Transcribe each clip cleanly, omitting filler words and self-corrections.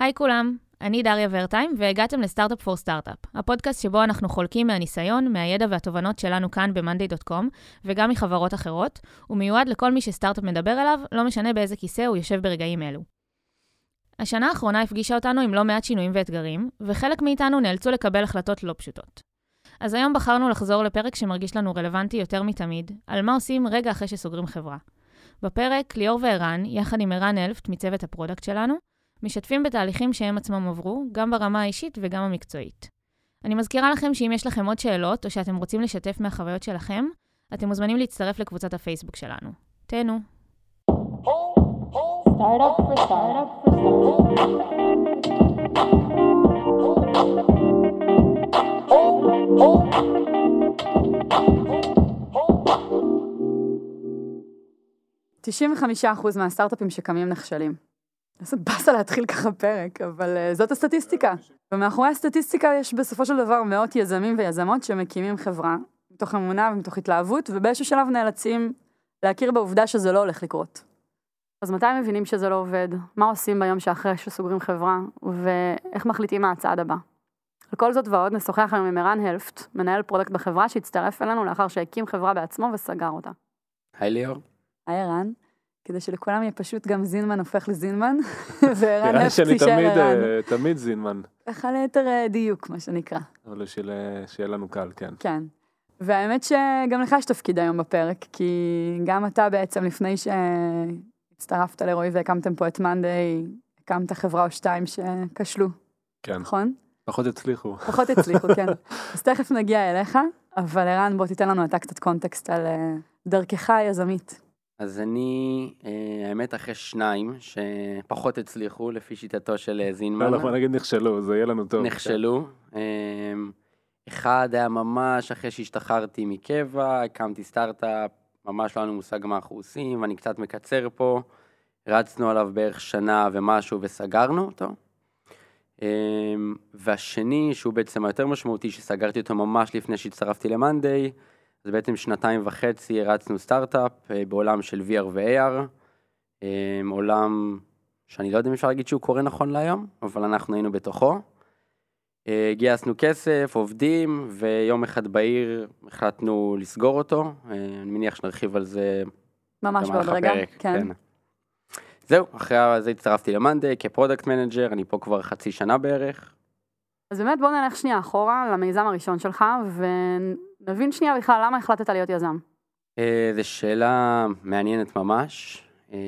היי כולם, אני דריה ורטיים, והגעתם לסטארט-אפ פור סטארט-אפ, הפודקאסט שבו אנחנו חולקים מהניסיון, מהידע והתובנות שלנו כאן ב-monday.com, וגם מחברות אחרות, ומיועד לכל מי שסטארט-אפ מדבר אליו, לא משנה באיזה כיסא הוא יושב ברגעים אלו. השנה האחרונה הפגישה אותנו עם לא מעט שינויים ואתגרים, וחלק מאיתנו נאלצו לקבל החלטות לא פשוטות. אז היום בחרנו לחזור לפרק שמרגיש לנו רלוונטי יותר מתמיד, על מה עושים רגע אחרי שסוגרים חברה. בפרק, ליאור וערן, יחד עם ערן אלפט מצוות הפרודקט שלנו, משתפים בתהליכים שהם עצמם עברו, גם ברמה האישית וגם המקצועית. אני מזכירה לכם שאם יש לכם עוד שאלות, או שאתם רוצים לשתף מהחוויות שלכם, אתם מוזמנים להצטרף לקבוצת הפייסבוק שלנו. תהנו. startup. 95% מהסטארט-אפים שקמים נכשלים. זה באסה להתחיל ככה פרק, אבל זאת הסטטיסטיקה. ומאחורי הסטטיסטיקה יש בסופו של דבר מאות יזמים ויזמות שמקימים חברה, מתוך אמונה ומתוך התלהבות, ובאיזשהו שלב נאלצים להכיר בעובדה שזה לא הולך לקרות. אז מתי מבינים שזה לא עובד? מה עושים ביום שאחרי שסוגרים חברה? ואיך מחליטים מה הצעד הבא? על כל זאת ועוד נשוחח היום עם ערן אלפט, מנהל פרודקט בחברה שהצטרף אלינו לאחר שהקים חברה בעצמו וסגר אותה. היי ליאור. היי ערן. כדי שלכולם יהיה פשוט גם זינמן הופך לזינמן, וערן נראה אלפט שאני תישאר ערן. תמיד זינמן. ככה ליתר דיוק, מה שנקרא. אבל שיהיה לנו קל, כן. כן. והאמת שגם לך יש תפקיד היום בפרק, כי גם אתה בעצם לפני שהצטרפת לרועי והקמתם פה את מאנדיי, הקמת חברה או שתיים שכשלו. כן. נכון? פחות הצליחו. פחות הצליחו, כן. אז תכף נגיע אליך, אבל ערן בוא תיתן לנו אתה קצת קונטקסט על דרכך היזמית. אז אני, האמת אחרי שניים שפחות הצליחו לפי שיטתו של זינמן. לא נכון, נגיד נכשלו, זה יהיה לנו טוב. נכשלו. אחד היה ממש אחרי שהשתחררתי מקבע, הקמתי סטארט-אפ, ממש לא היה לנו מושג מה אנחנו עושים, ואני קצת מקצר פה, רצנו עליו בערך שנה ומשהו וסגרנו אותו. והשני, שהוא בעצם היותר משמעותי, שסגרתי אותו ממש לפני שהצטרפתי למאנדיי, זה בעצם 2.5 הרצנו סטארט-אפ בעולם של VR ו-AR, עולם שאני לא יודע אם אפשר להגיד שהוא קורה נכון להיום, אבל אנחנו היינו בתוכו. גייסנו כסף, עובדים, ויום אחד בעיר החלטנו לסגור אותו. אני מניח שנרחיב על זה ממש בעוד רגע, כן. זהו, אחרי זה הצטרפתי למאנדיי כפרודקט מנג'ר, אני פה כבר חצי שנה בערך. אז באמת בוא נלך שנייה אחורה למיזם הראשון שלך, ונבין שנייה בכלל למה החלטת להיות יזם. זו שאלה מעניינת ממש.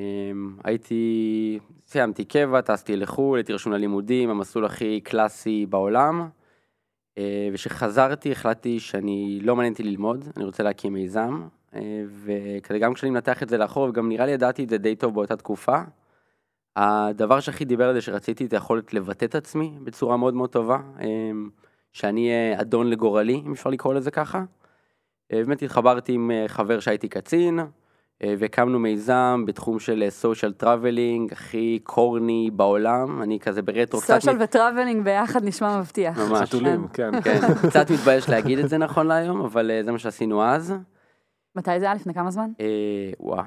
סיימתי קבע, טסתי לחו"ל, הייתי רשום ללימודים, המסלול הכי קלאסי בעולם, ושחזרתי החלטתי שאני לא מעניינתי ללמוד, אני רוצה להקים מיזם, וכדי גם כשאני מנתח את זה לאחור, וגם נראה לי ידעתי את זה די טוב באותה תקופה, הדבר שהכי דיבר על זה שרציתי את היכולת לבטא את עצמי בצורה מאוד מאוד טובה, שאני אדון לגורלי, אם אפשר לקרוא לזה ככה. באמת התחברתי עם חבר שהייתי קצין, והקמנו מיזם בתחום של סושיאל טראבלינג, הכי קורני בעולם, אני כזה ברטרו. סושיאל וטראבלינג ביחד נשמע מבטיח. ממש. חתולים, כן. קצת מתבייש להגיד את זה נכון להיום, אבל זה מה שעשינו אז. מתי זה היה? לפני כמה זמן? וואו.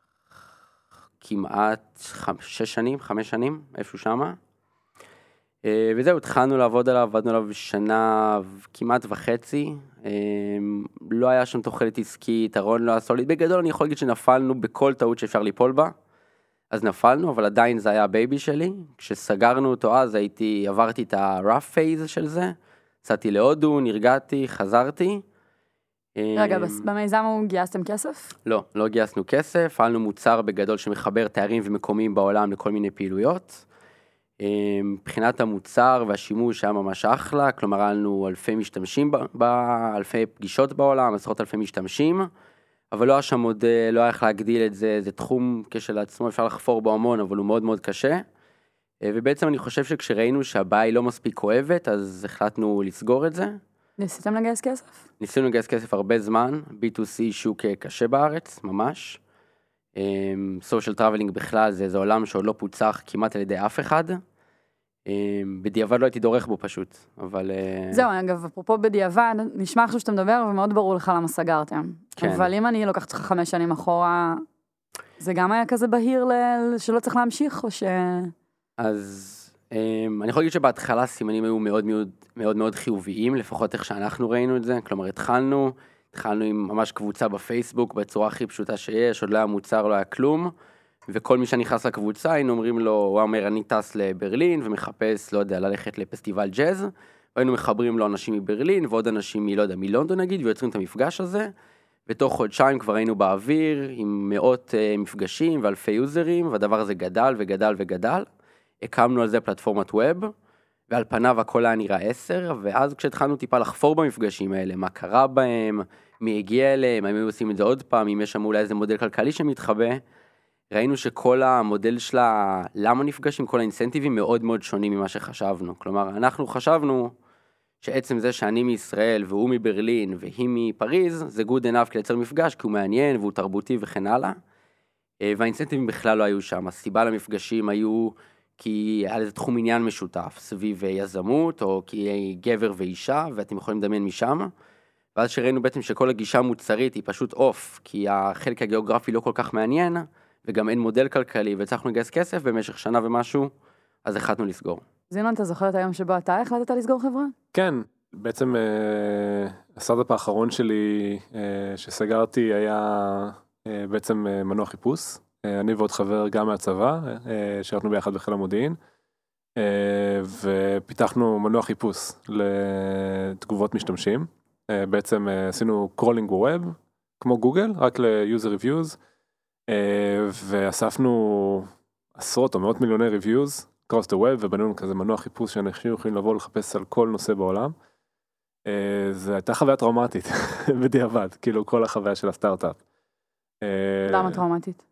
כמעט 5 שנים, איפשהו שמה. וזהו, התחלנו לעבוד עליו, עבדנו עליו שנה כמעט וחצי, לא היה שם תוחלת עסקית, הרון לא היה סוליד, בגדול אני יכול להגיד שנפלנו בכל טעות שאפשר ליפול בה, אז נפלנו, אבל עדיין זה היה הבייבי שלי, כשסגרנו אותו אז עברתי את ה-rough phase של זה, יצאתי להודו, נרגעתי, חזרתי. רגע, במיזם הוא גייסתם כסף? לא גייסנו כסף, פעלנו מוצר בגדול שמחבר תארים ומקומים בעולם לכל מיני פעילויות, מבחינת המוצר והשימוש היה ממש אחלה, כלומר היה לנו אלפי משתמשים, אלפי פגישות בעולם, עשרות אלפי משתמשים, אבל לא היה שם עוד, לא היה איך להגדיל את זה, זה תחום כשלעצמו, אפשר לחפור בו המון, אבל הוא מאוד מאוד קשה, ובעצם אני חושב שכשראינו שהבעיה היא לא מספיק כואבת, אז החלטנו לסגור את זה. ניסיתם לגייס כסף? ניסינו לגייס כסף הרבה זמן, B2C שוק קשה בארץ, ממש. סושיאל טראבלינג בכלל זה עולם שעוד לא פוצח כמעט על ידי אף אחד. בדיעבד לא הייתי דורך בו פשוט, אבל... זהו, אגב, אפרופו בדיעבד, נשמע עכשיו שאתה מדבר ומאוד ברור לך למה סגרתם. כן. אבל אם אני לוקחת לך 5 שנים אחורה, זה גם היה כזה בהיר שלא צריך להמשיך או ש... אז אני יכול להגיד שבהתחלה סימנים היו מאוד מאוד מאוד מאוד חיוביים, לפחות איך שאנחנו ראינו את זה, כלומר התחלנו עם ממש קבוצה בפייסבוק בצורה הכי פשוטה שיש, עוד לא היה מוצר, לא היה כלום, וכל מי שנכנס לקבוצה היינו אומרים לו, הוא אומר אני טס לברלין ומחפש, לא יודע, ללכת לפסטיבל ג'אז, והיינו מחברים לו אנשים מברלין ועוד אנשים לא יודע, מלונדון נגיד, ויוצרים את המפגש הזה, ותוך חודשיים כבר היינו באוויר עם מאות מפגשים ואלפי יוזרים, והדבר הזה גדל וגדל וגדל. הקמנו על זה פלטפורמת ווב, ועל פניו הכל היה נראה 10, ואז כשהתחלנו טיפה לחפור במפגשים האלה, מה קרה בהם, מי הגיע אליהם, האם היו עושים את זה עוד פעם, אם יש שם אולי איזה מודל כלכלי שמתחבא, ראינו שכל המודל שלה, למה נפגשים, כל האינסנטיבים מאוד מאוד שונים ממה שחשבנו. כלומר, אנחנו חשבנו שעצם זה שאני מישראל והוא מברלין והיא מפריז, זה good enough כלייצר מפגש, כי הוא מעניין והוא תרבותי וכן הלאה. והאינסנטיבים בכלל לא היו שם. הסיבה למפגשים היו כי היה לזה תחום עניין משותף, סביב יזמות, או כי גבר ואישה, ואתם יכולים לדמיין משם. ואז שראינו בעצם שכל הגישה מוצרית היא פשוט אוף, כי החלק הגיאוגרפי לא כל כך מעניין, וגם אין מודל כלכלי, והצלחנו לגייס כסף במשך שנה ומשהו, אז החלטנו לסגור. זינמן, אתה זוכר את היום שבו אתה החלטת לסגור חברה? כן, בעצם הסטארט-אפ האחרון שלי שסגרתי היה בעצם מנוע חיפוש. אני ועוד חבר גם מהצבא, שירתנו ביחד בחיל המודיעין, ופיתחנו מנוע חיפוש לתגובות משתמשים. בעצם עשינו crawling web, כמו גוגל, רק ל-user reviews, ואספנו עשרות או מאות מיליוני reviews across the web, ובנינו כזה מנוע חיפוש שאנשים יכולים לבוא לחפש על כל נושא בעולם. זו הייתה חוויה טראומטית בדיעבד, כאילו כל החוויה של הסטארט-אפ. למה טראומטית?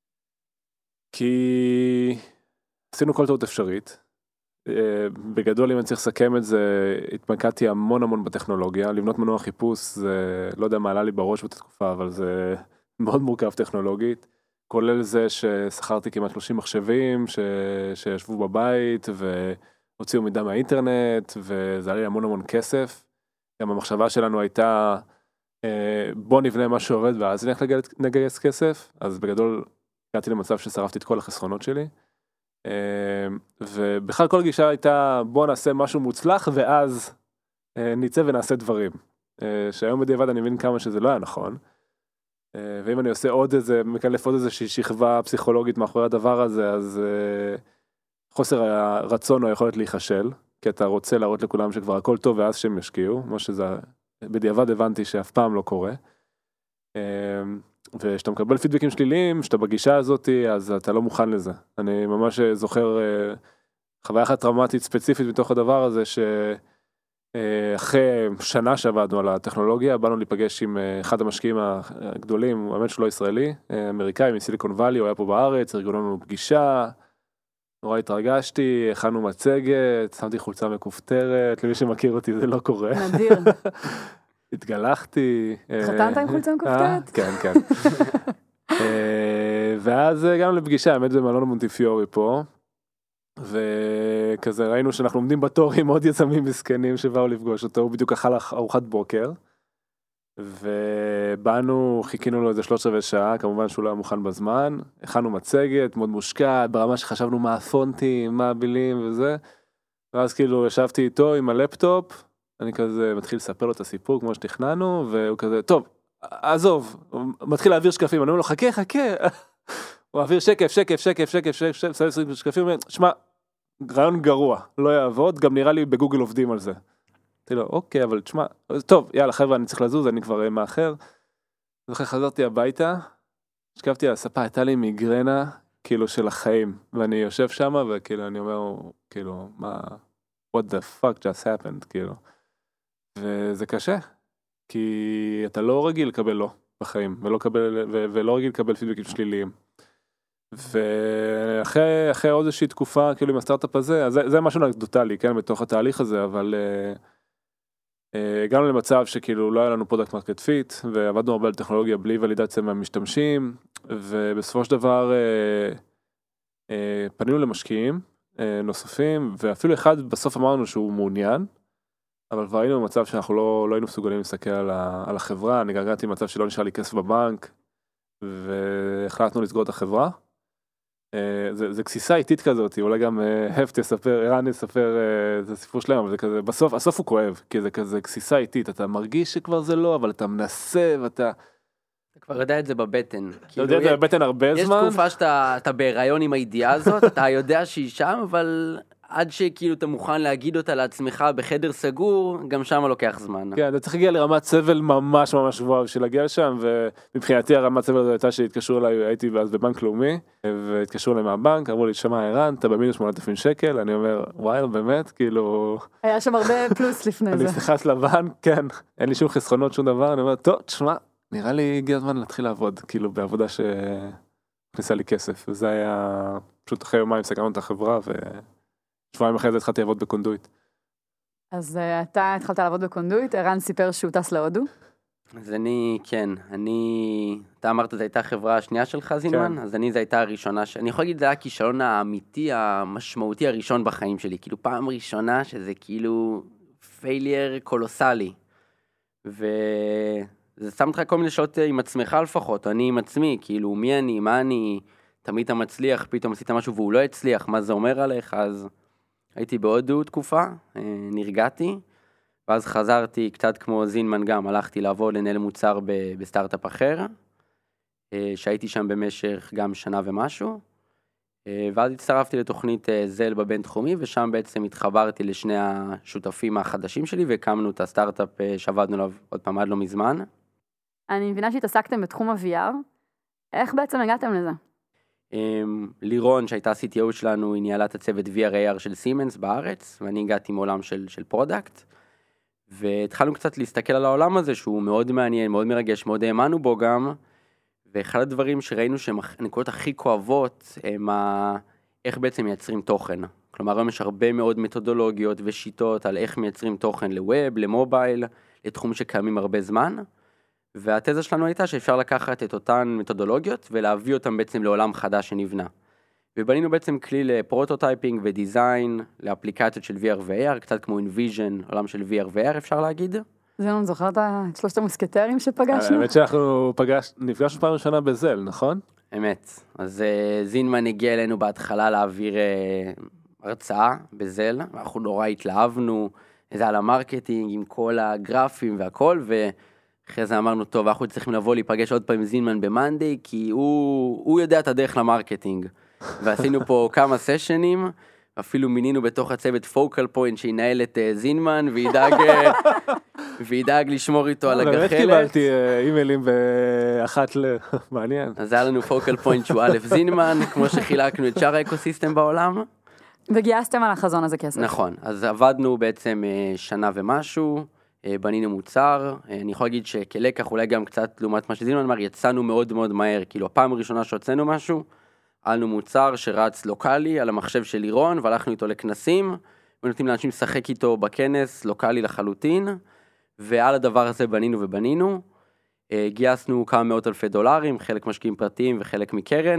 כי עשינו כל טעות אפשרית. בגדול, אם אני צריך לסכם את זה, התמקדתי המון בטכנולוגיה. לבנות מנוע חיפוש, זה לא יודע מה עלה לי בראש באותה תקופה, אבל זה מאוד מורכב טכנולוגית. כולל זה ששכרתי כמעט 30 מחשבים שישבו בבית והוציאו מידע מהאינטרנט, וזה עלה לי המון כסף. גם המחשבה שלנו הייתה, בוא נבנה מה שעובד ואז נלך לגייס כסף. אז בגדול הגעתי למצב ששרפתי את כל החסכונות שלי. ובכלל כל גישה הייתה, בוא נעשה משהו מוצלח ואז ניצא ונעשה דברים. שהיום בדיעבד אני מבין כמה שזה לא היה נכון. ואם אני עושה עוד איזה, מקלף עוד איזושהי שכבה פסיכולוגית מאחורי הדבר הזה, אז חוסר הרצון או היכולת להיחשל, כי אתה רוצה להראות לכולם שכבר הכל טוב ואז שהם ישקיעו, כמו שזה בדיעבד הבנתי שאף פעם לא קורה. ושאתה מקבל פידבקים שליליים, שאתה בגישה הזאת, אז אתה לא מוכן לזה. אני ממש זוכר חוויה אחת טראומטית ספציפית מתוך הדבר הזה, אחרי שנה שעבדנו על הטכנולוגיה, באנו להיפגש עם אחד המשקיעים הגדולים, האמת שלא ישראלי, אמריקאי מסיליקון ואלי, הוא היה פה בארץ, ארגנו לנו פגישה, נורא התרגשתי, הכנו מצגת, שמתי חולצה מכופתרת, למי שמכיר אותי זה לא קורה. נדיר. התגלחתי. התחתנת עם חולצה מכופתרת? כן. ואז גם לפגישה, האמת זה מלון מונטיפיורי פה, וכזה ראינו שאנחנו עומדים בתור עם עוד יזמים מסכנים שבאו לפגוש אותו, הוא בדיוק אכל ארוחת בוקר, ובאנו, חיכינו לו איזה 13 שעה, כמובן שהוא לא היה מוכן בזמן, הכנו מצגת, מאוד מושקעת, ברמה שחשבנו מה הפונטים, מה הבילים וזה, ואז כאילו ישבתי איתו עם הלפטופ, אני כזה מתחיל לספר לו את הסיפור כמו שתכננו, והוא כזה, טוב, עזוב, הוא מתחיל להעביר שקפים, אני אומר לו, חכה, הוא מעביר שקף, שקפים, הוא אומר, שמע, רעיון גרוע, לא יעבוד, גם נראה לי בגוגל עובדים על זה. אמרתי לו, אוקיי, אבל תשמע, טוב, יאללה חבר'ה, אני צריך לזוז, אני כבר מאחר. ואחרי חזרתי הביתה, שקפתי על הספה, הייתה לי מיגרנה, כאילו של החיים, ואני יושב שם, וכאילו אני אומר, כאילו, מה, what the fuck just happened, כאילו. וזה קשה, כי אתה לא רגיל לקבל לא בחיים, ולא רגיל לקבל פידבקים שליליים. ואחרי עוד איזושהי תקופה, כאילו עם הסטארט-אפ הזה, אז זה משהו אנקדוטלי, כן, בתוך התהליך הזה, אבל הגענו למצב שכאילו לא היה לנו פרודקט מרקט פיט, ועבדנו הרבה על טכנולוגיה בלי ולידציה מהמשתמשים, ובסופו של דבר פנינו למשקיעים נוספים, ואפילו אחד בסוף אמרנו שהוא מעוניין, אבל כבר היינו במצב שאנחנו לא היינו מסוגלים להסתכל על החברה, אני הגעתי במצב שלא נשאר לי כסף בבנק, והחלטנו לסגור את החברה. זה כסיסה איטית כזאת, אולי גם ערן יספר את הסיפור שלהם, אבל זה כזה, הסוף הוא כואב, כי זה כזה כסיסה איטית, אתה מרגיש שכבר זה לא, אבל אתה מנסה ואתה... אתה כבר יודע את זה בבטן. אתה יודע את זה בבטן הרבה זמן? יש תקופה שאתה בהיריון עם הידיעה הזאת, אתה יודע שהיא שם, אבל עד שכאילו אתה מוכן להגיד אותה לעצמך בחדר סגור, גם שם לוקח זמן. כן, אתה צריך להגיע לרמת סבל ממש ממש גבוהה בשביל להגיע לשם, ומבחינתי הרמת סבל הזו הייתה שהתקשרו אליי, הייתי אז בבנק לאומי, והתקשרו אליי מהבנק, אמרו לי, שמע ערן, אתה במינוס 8,000 שקל, אני אומר, וואי, באמת, כאילו... היה שם הרבה פלוס לפני זה. אני נכנס לבנק, כן, אין לי שום חסכונות, שום דבר, אני אומר, טוב, תשמע, נראה לי הגיע הזמן להתחיל לעבוד, כאילו בעבודה שנכנסה לי כסף, וזה היה פשוט אחרי יומיים סגרנו את החברה, ושבועיים אחרי זה התחלתי לעבוד בקונדויט. אז אתה התחלת לעבוד בקונדויט, ערן סיפר שהוא טס להודו. אז אתה אמרת, זו הייתה החברה השנייה שלך, זינמן? כן. אז זו הייתה הראשונה, אני יכול להגיד, זה היה הכישלון האמיתי, המשמעותי הראשון בחיים שלי, כאילו פעם ראשונה שזה כאילו פיילר קולוסלי, זה שם אותך כל מיני שעות עם עצמך לפחות, אני עם עצמי, כאילו מי אני, מה אני, תמיד אתה מצליח, פתאום עשית משהו והוא לא הצליח, מה זה אומר עליך, אז הייתי בהודו תקופה, נרגעתי, ואז חזרתי קצת כמו זינמן גם, הלכתי לעבוד לנהל מוצר בסטארט-אפ אחר, שהייתי שם במשך גם שנה ומשהו, ואז הצטרפתי לתוכנית זל בבין תחומי, ושם בעצם התחברתי לשני השותפים החדשים שלי, והקמנו את הסטארט-אפ שעבדנו עליו עוד פעם עד לא מזמן. אני מבינה שהתעסקתם בתחום ה-VR, איך בעצם הגעתם לזה? לירון, שהייתה CTO שלנו, היא ניהלה את הצוות VR/AR של סימנס בארץ, ואני הגעתי מעולם של פרודקט, והתחלנו קצת להסתכל על העולם הזה, שהוא מאוד מעניין, מאוד מרגש, מאוד האמנו בו גם, ואחד הדברים שראינו שהנקודות הכי כואבות הם איך בעצם מייצרים תוכן. כלומר, היום יש הרבה מאוד מתודולוגיות ושיטות על איך מייצרים תוכן לווב, למובייל, לתחום שקיימים הרבה זמן, והתזה שלנו הייתה שאפשר לקחת את אותן מתודולוגיות ולהביא אותן בעצם לעולם חדש שנבנה. ובנינו בעצם כלי לפרוטוטייפינג ודיזיין, לאפליקציות של VR ו-AR, קצת כמו Envision, עולם של VR ו-AR אפשר להגיד. זינמן, זוכרת את שלושת המוסקטרים שפגשנו? האמת שאנחנו נפגשנו פעם ראשונה בזל, נכון? אמת. אז זינמן הגיע אלינו בהתחלה להעביר הרצאה בזל, ואנחנו נורא התלהבנו, זה על המרקטינג עם כל הגרפים והכל, ואחרי זה אמרנו, טוב, אנחנו צריכים לבוא להיפגש עוד פעם עם זינמן במנדי, כי הוא יודע את הדרך למרקטינג. ועשינו פה כמה סשנים, אפילו מינינו בתוך הצוות פוקל פוינט שינהל את זינמן, וידאג לשמור איתו על הגחלת. באמת קיבלתי אימיילים באחת מעניין. אז היה לנו פוקל פוינט שהוא א' זינמן, כמו שחילקנו את שאר האקוסיסטם בעולם. וגייסתם על החזון הזה כסף. נכון, אז עבדנו בעצם שנה ומשהו, בנינו מוצר, אני יכול להגיד שכלקח אולי גם קצת לעומת מה שזינמן אמר, יצאנו מאוד מאוד מהר, כאילו הפעם הראשונה שהוצאנו משהו, היה לנו מוצר שרץ לוקלי על המחשב של לירון, והלכנו איתו לכנסים, ונותנים לאנשים לשחק איתו בכנס, לוקלי לחלוטין, ועל הדבר הזה בנינו, גייסנו כמה מאות אלפי דולרים, חלק משקיעים פרטיים וחלק מקרן,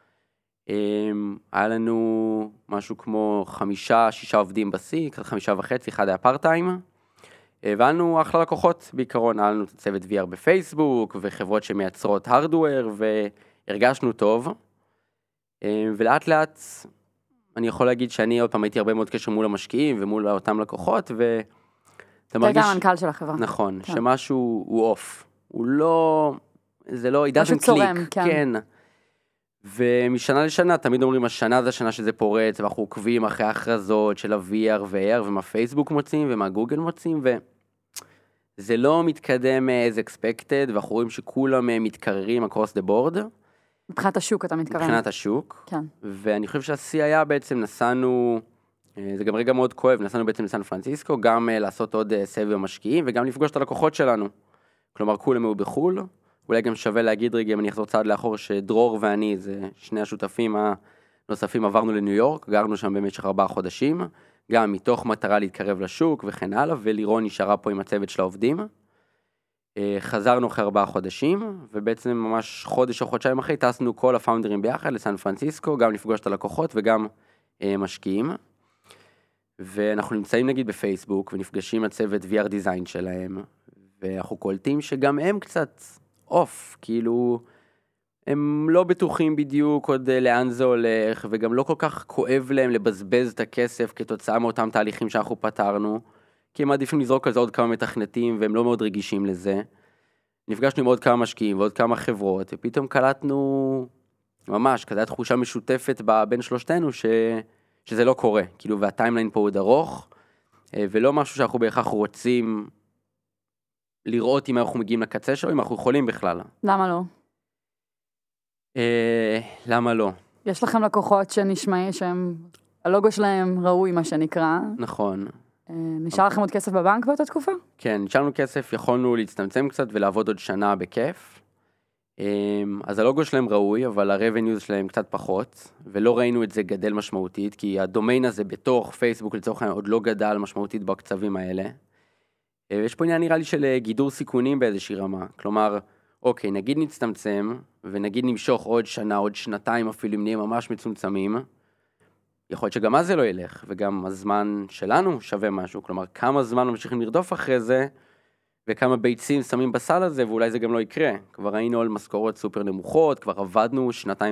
היה לנו משהו כמו 5-6 עובדים בסי, קצת 5.5, אחד היה פארט-טיים, והיה לנו אחלה לקוחות בעיקרון, היה לנו צוות VR בפייסבוק, וחברות שמייצרות הרדוור, והרגשנו טוב, ולאט לאט אני יכול להגיד שאני עוד פעם הייתי הרבה מאוד קשר מול המשקיעים ומול אותם לקוחות, ואתה מרגיש... אתה גם המנכ"ל של החברה. נכון, שמשהו הוא אוף, הוא לא... זה לא... משהו צורם, כן. ומשנה לשנה, תמיד אומרים, השנה זה השנה שזה פורץ, ואנחנו עוקבים אחרי ההכרזות של ה-VR ו-AR, ומה פייסבוק מוצאים, ומה גוגל מוצאים, וזה לא מתקדם as expected, ואנחנו רואים שכולם מתקררים across the board. מבחינת השוק אתה מתכוון. מבחינת השוק. כן. ואני חושב שהשיא היה בעצם, נסענו, זה גם רגע מאוד כואב, נסענו בעצם לסן פרנסיסקו, גם לעשות עוד סבב המשקיעים, וגם לפגוש את הלקוחות שלנו. כלומר, כולם היו בחול, אולי גם שווה להגיד רגע, אם אני אחזור צעד לאחור, שדרור ואני, זה שני השותפים הנוספים, עברנו לניו יורק, גרנו שם במשך 4 חודשים, גם מתוך מטרה להתקרב לשוק וכן הלאה, ולירון נשארה פה עם הצוות של העובדים. חזרנו אחרי 4 חודשים, ובעצם ממש חודש או חודשיים אחרי, טסנו כל הפאונדרים ביחד לסן פרנסיסקו, גם לפגוש את הלקוחות וגם משקיעים. ואנחנו נמצאים נגיד בפייסבוק, ונפגשים הצוות VR דיזיין שלהם, ואנחנו קולטים שגם הם קצת אוף, כאילו, הם לא בטוחים בדיוק עוד לאן זה הולך, וגם לא כל כך כואב להם לבזבז את הכסף כתוצאה מאותם תהליכים שאנחנו פתרנו, כי הם מעדיפים לזרוק על זה עוד כמה מתכנתים, והם לא מאוד רגישים לזה. נפגשנו עם עוד כמה משקיעים ועוד כמה חברות, ופתאום קלטנו ממש, כזה תחושה משותפת בין שלושתנו, שזה לא קורה, כאילו, והטיימליין פה עוד ארוך, ולא משהו שאנחנו בהכרח רוצים לראות אם אנחנו מגיעים לקצה שלו, אם אנחנו יכולים בכלל. למה לא? למה לא? יש לכם לקוחות שנשמעים שהם, הלוגו שלהם ראוי מה שנקרא. נכון. נשאר לכם עוד כסף בבנק באותה תקופה? כן, נשארנו כסף, יכולנו להצטמצם קצת ולעבוד עוד שנה בכיף. אז הלוגו שלהם ראוי, אבל ה-revenue שלהם קצת פחות, ולא ראינו את זה גדל משמעותית, כי הדומיין הזה בתוך פייסבוק לצורך העניין עוד לא גדל משמעותית בקצבים האלה. יש פה עניין נראה לי של גידור סיכונים באיזושהי רמה, כלומר, אוקיי, נגיד נצטמצם, ונגיד נמשוך עוד שנה, עוד שנתיים אפילו, אם נהיה ממש מצומצמים, יכול להיות שגם אז זה לא ילך, וגם הזמן שלנו שווה משהו, כלומר, כמה זמן ממשיכים לרדוף אחרי זה, וכמה ביצים שמים בסל הזה, ואולי זה גם לא יקרה. כבר היינו על משכורות סופר נמוכות, כבר עבדנו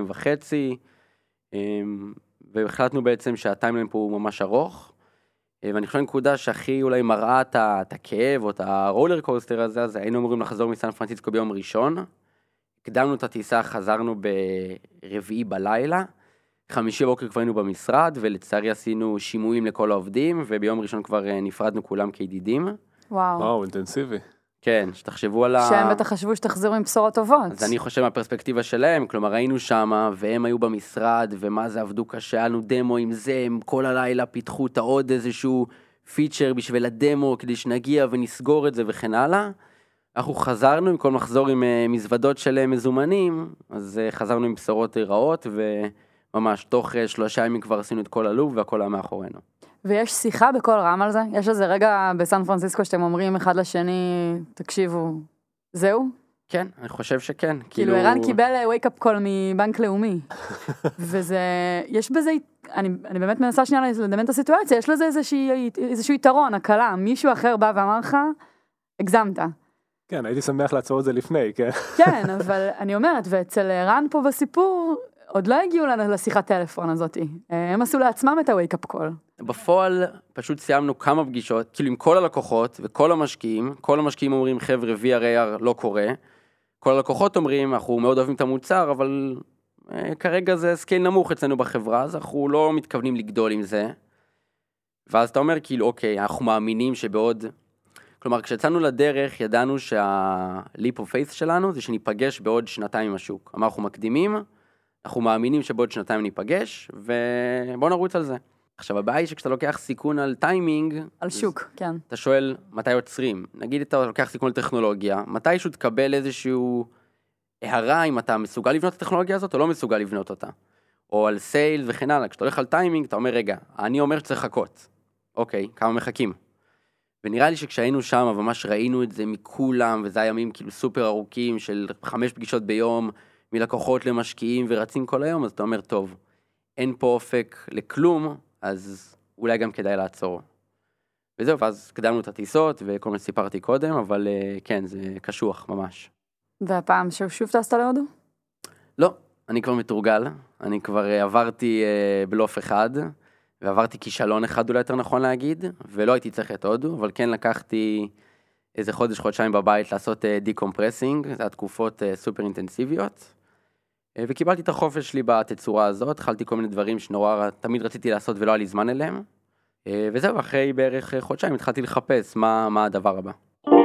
2.5, והחלטנו בעצם שהטיימליין פה הוא ממש ארוך, ואני חושב נקודה שהכי אולי מראה את הכאב, או את הרולר קוסטר הזה, אז היינו אמורים לחזור מסן פרנסיסקו ביום ראשון, הקדמנו את הטיסה, חזרנו ברביעי בלילה, חמישי בוקר כבר היינו במשרד, ולצערי עשינו שימועים לכל העובדים, וביום ראשון כבר נפרדנו כולם כידידים. וואו, אינטנסיבי. כן, שתחשבו על שהם בטח חשבו שתחזרו עם בשורות טובות. אז אני חושב מהפרספקטיבה שלהם, כלומר היינו שמה, והם היו במשרד, ומה זה עבדו קשה, היה לנו דמו עם זה, הם כל הלילה פיתחו את עוד איזשהו פיצ'ר בשביל הדמו, כדי שנגיע ונסגור את זה וכן הלאה. אנחנו חזרנו עם כל מחזור עם מזוודות של מזומנים, אז חזרנו עם בשורות רעות, וממש תוך 3 ימים כבר עשינו את כל הלוב, והכל היה מאחורינו. ויש שיחה בכל רם על זה? יש איזה רגע בסן פרנסיסקו שאתם אומרים אחד לשני, תקשיבו, זהו? כן, אני חושב שכן. כאילו ערן קיבל wake up call מבנק לאומי, וזה, יש בזה, אני באמת מנסה שנייה לדמיין את הסיטואציה, יש לזה איזשהו יתרון, הקלה, מישהו אחר בא ואמר לך, הגזמת. כן, הייתי שמח לעצור את זה לפני, כן. כן, אבל אני אומרת, ואצל ערן פה בסיפור, עוד לא הגיעו לשיחת טלפון הזאת. הם עשו לעצמם את ה-wake up call. בפועל פשוט סיימנו כמה פגישות, כאילו עם כל הלקוחות וכל המשקיעים, כל המשקיעים אומרים חבר'ה VRAR לא קורה, כל הלקוחות אומרים אנחנו מאוד אוהבים את המוצר, אבל כרגע זה סקייל נמוך אצלנו בחברה, אז אנחנו לא מתכוונים לגדול עם זה. ואז אתה אומר כאילו אוקיי, אנחנו מאמינים שבעוד, כלומר כשיצאנו לדרך ידענו שה-leap of faith שלנו זה שניפגש בעוד 2 עם השוק. אמר אנחנו מקדימים, אנחנו מאמינים שבעוד 2 ניפגש, ובואו נרוץ על זה. עכשיו, הבעיה היא שכשאתה לוקח סיכון על טיימינג, על שוק, כן. אתה שואל מתי עוצרים. נגיד אתה לוקח סיכון על טכנולוגיה, מתי שהוא תקבל איזשהו הערה אם אתה מסוגל לבנות את הטכנולוגיה הזאת או לא מסוגל לבנות אותה. או על סייל וכן הלאה. כשאתה הולך על טיימינג, אתה אומר, רגע, אני אומר שצריך לחכות. אוקיי, כמה מחכים? ונראה לי שכשהיינו שם, ממש ראינו את זה מכולם, וזה הימים כאילו סופר ארוכים של 5 פגישות ביום, מלקוחות למשקיעים ורצים כל היום, אז אתה אומר, טוב, אין פה אופק לכלום, אז אולי גם כדאי לעצור. וזהו, ואז קדמנו את הטיסות, וכל מה שסיפרתי קודם, אבל כן, זה קשוח ממש. והפעם שוב טסת להודו? לא, אני כבר מתורגל, אני כבר עברתי בלוף אחד, ועברתי כישלון אחד אולי יותר נכון להגיד, ולא הייתי צריך את הודו, אבל כן לקחתי איזה חודש-חודשיים בבית לעשות דיקומפרסינג, זה התקופות סופר אינטנסיביות, וקיבלתי את החופש שלי בתצורה הזאת, התחלתי כל מיני דברים שנורא תמיד רציתי לעשות ולא היה לי זמן אליהם, וזהו, אחרי בערך חודשיים התחלתי לחפש מה הדבר הבא.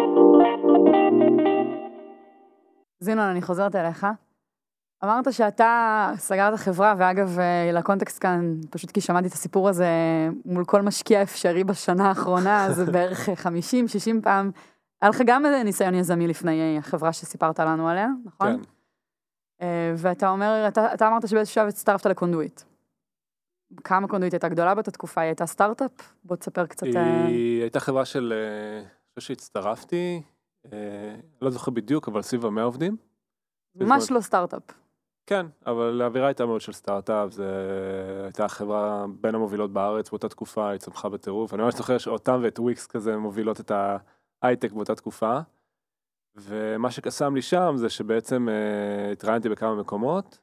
זינון, אני חוזרת אליך. אמרת שאתה סגרת חברה, ואגב, לקונטקסט כאן, פשוט כי שמעתי את הסיפור הזה מול כל משקיע אפשרי בשנה האחרונה, זה בערך 50-60 פעם. היה לך גם איזה ניסיון יזמי לפני החברה שסיפרת לנו עליה, נכון? כן. ואתה אומר, אתה אמרת שבאיזשהו שלב הצטרפת לקונדויט. כמה קונדויט הייתה גדולה באותה תקופה? היא הייתה סטארט-אפ? בוא תספר קצת. היא הייתה חברה של, אני חושב שהצטרפתי, לא זוכר בדיוק, אבל סביב 100 עובדים. ממש לא סטארט-אפ. כן, אבל האווירה הייתה מאוד של סטארט-אפ, זה הייתה חברה בין המובילות בארץ באותה תקופה, היא צמחה בטירוף. אני ממש זוכר שאותם ואת וויקס כזה מובילות את ההייטק באותה תקופה. ומה שקסם לי שם זה שבעצם התראיינתי בכמה מקומות,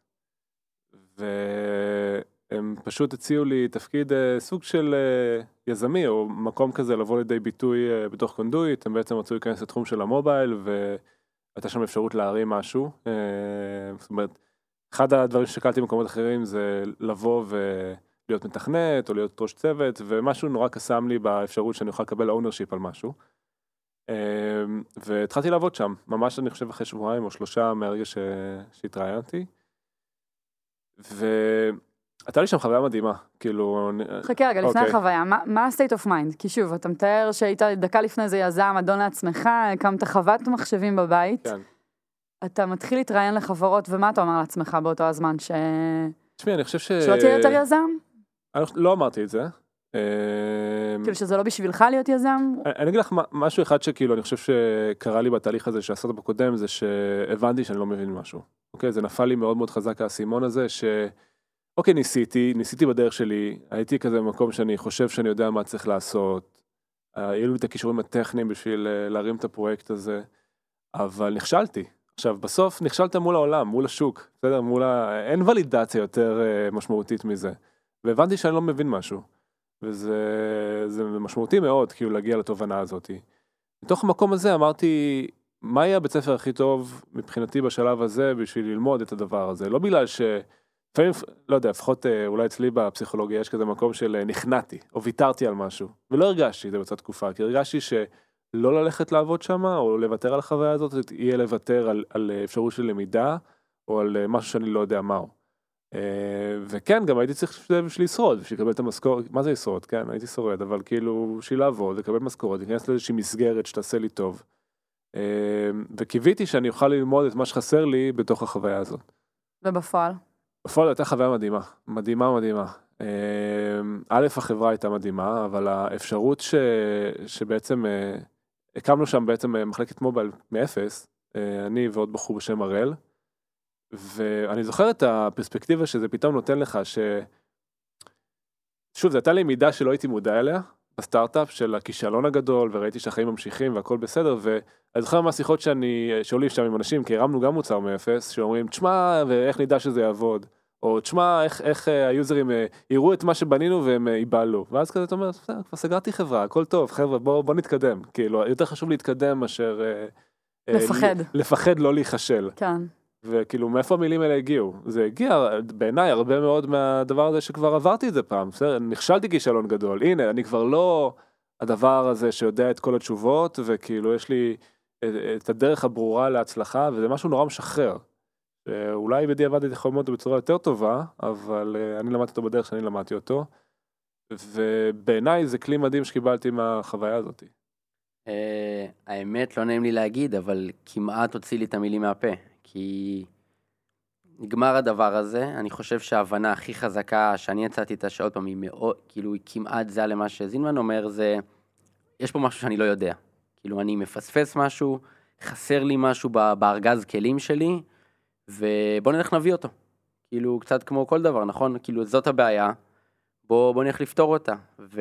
והם פשוט הציעו לי תפקיד סוג של יזמי, או מקום כזה לבוא לידי ביטוי בתוך קונדויט, הם בעצם רצו להיכנס לתחום של המובייל, והייתה שם אפשרות להרים משהו. זאת אומרת, אחד הדברים ששקלתי במקומות אחרים זה לבוא ולהיות מתכנת, או להיות ראש צוות, ומשהו נורא קסם לי באפשרות שאני אוכל לקבל ownership על משהו. והתחלתי לעבוד שם, ממש אני חושב אחרי שבועיים או 3 מהרגע שהתראיינתי. והייתה לי שם חוויה מדהימה, כאילו... חכה רגע, לפני החוויה, מה ה-state of mind? כי שוב, אתה מתאר שהיית דקה לפני זה יזם, אדון לעצמך, הקמת חוות מחשבים בבית. כן. אתה מתחיל להתראיין לחברות, ומה אתה אומר לעצמך באותו הזמן תשמעי, אני חושב שלא תהיה יותר יזם? לא אמרתי את זה. כאילו שזה לא בשבילך להיות יזם? אני אגיד לך משהו אחד שכאילו אני חושב שקרה לי בתהליך הזה שעשת בקודם, זה שהבנתי שאני לא מבין משהו. אוקיי, זה נפל לי מאוד מאוד חזק האסימון הזה, אוקיי, ניסיתי בדרך שלי, הייתי כזה במקום שאני חושב שאני יודע מה צריך לעשות, היו לי את הכישורים הטכניים בשביל להרים את הפרויקט הזה, אבל נכשלתי. עכשיו, בסוף נכשלת מול העולם, מול השוק, בסדר? אין ולידציה יותר משמעותית מזה, והבנתי שאני לא מבין משהו. וזה משמעותי מאוד, כאילו, להגיע לתובנה הזאת. מתוך המקום הזה אמרתי, מה יהיה הבית ספר הכי טוב מבחינתי בשלב הזה בשביל ללמוד את הדבר הזה? לא בגלל לפעמים, לא יודע, לפחות אולי אצלי בפסיכולוגיה יש כזה מקום של נכנעתי, או ויתרתי על משהו, ולא הרגשתי את זה בצד תקופה, כי הרגשתי שלא ללכת לעבוד שם, או לוותר על החוויה הזאת, יהיה לוותר על אפשרות של למידה, או על משהו שאני לא יודע מהו. וכן, גם הייתי צריך בשביל לשרוד, בשביל לקבל את המשכורת, מה זה לשרוד? כן, הייתי שורד, אבל כאילו, בשביל לעבוד, לקבל משכורת, להיכנס לאיזושהי מסגרת שתעשה לי טוב. וקיוויתי שאני אוכל ללמוד את מה שחסר לי בתוך החוויה הזאת. ובפועל? בפועל הייתה חוויה מדהימה, מדהימה. א', החברה הייתה מדהימה, אבל האפשרות שבעצם הקמנו שם בעצם מחלקת מובייל מאפס, אני ועוד בחור בשם הראל, ואני זוכר את הפרספקטיבה שזה פתאום נותן לך שוב, זו הייתה לי מידע שלא הייתי מודע אליה, בסטארט-אפ של הכישלון הגדול, וראיתי שהחיים ממשיכים והכל בסדר, ואני זוכר מהשיחות שעולים שם עם אנשים, כי הרמנו גם מוצר מאפס, שאומרים, תשמע, ואיך נדע שזה יעבוד, או תשמע, איך היוזרים יראו את מה שבנינו והם ייבלו, ואז כזה אתה אומר, כבר סגרתי חברה, הכל טוב, חבר'ה, בוא נתקדם, כאילו, יותר חשוב להתקדם מאשר לפחד לא להיחשל. כן. וכאילו, מאיפה המילים האלה הגיעו? זה הגיע בעיניי הרבה מאוד מהדבר הזה שכבר עברתי את זה פעם. נכשלתי כישלון גדול. הנה, אני כבר לא הדבר הזה שיודע את כל התשובות, וכאילו יש לי את הדרך הברורה להצלחה, וזה משהו נורא משחרר. אולי בדיעבד הייתי יכול ללמוד אותו בצורה יותר טובה, אבל אני למדתי אותו בדרך שאני למדתי אותו, ובעיניי זה כלי מדהים שקיבלתי מהחוויה הזאת. האמת, לא נעים לי להגיד, אבל כמעט הוציא לי את המילים מהפה. כי נגמר הדבר הזה, אני חושב שההבנה הכי חזקה שאני יצאתי את השעות פעם, היא מאוד, כאילו היא כמעט זה למה שזינמן אומר, זה, יש פה משהו שאני לא יודע. כאילו אני מפספס משהו, חסר לי משהו בארגז כלים שלי, ובוא נלך נביא אותו. כאילו קצת כמו כל דבר, נכון? כאילו זאת הבעיה, בוא נלך לפתור אותה.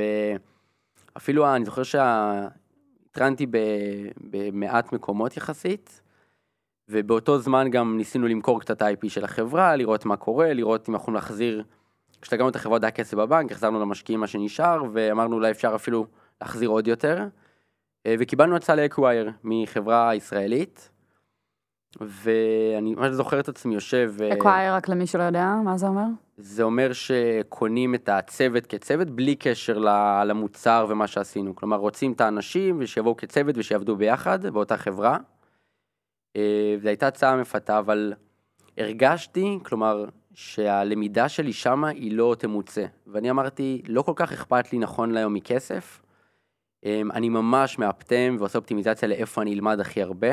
ואפילו אני זוכר שהתראיינתי במעט מקומות יחסית, ובאותו זמן גם ניסינו למכור קצת ה-IP של החברה, לראות מה קורה, לראות אם אנחנו נחזיר, כשתגרנו את החברה די כסף בבנק, החזרנו למשקיעים מה שנשאר, ואמרנו אולי אפשר אפילו להחזיר עוד יותר, וקיבלנו הצעה לאקווייר מחברה ישראלית, ואני ממש זוכר את עצמי יושב... אקווייר, רק למי שלא יודע, מה זה אומר? זה אומר שקונים את הצוות כצוות, בלי קשר למוצר ומה שעשינו, כלומר רוצים את האנשים ושיבואו כצוות ושיעבדו ביחד באותה חברה, זו הייתה הצעה מפתה, אבל הרגשתי, כלומר, שהלמידה שלי שמה היא לא תמוצא. ואני אמרתי, לא כל כך אכפת לי נכון להיום מכסף. אני ממש מאפטם ועושה אופטימיזציה לאיפה אני אלמד הכי הרבה.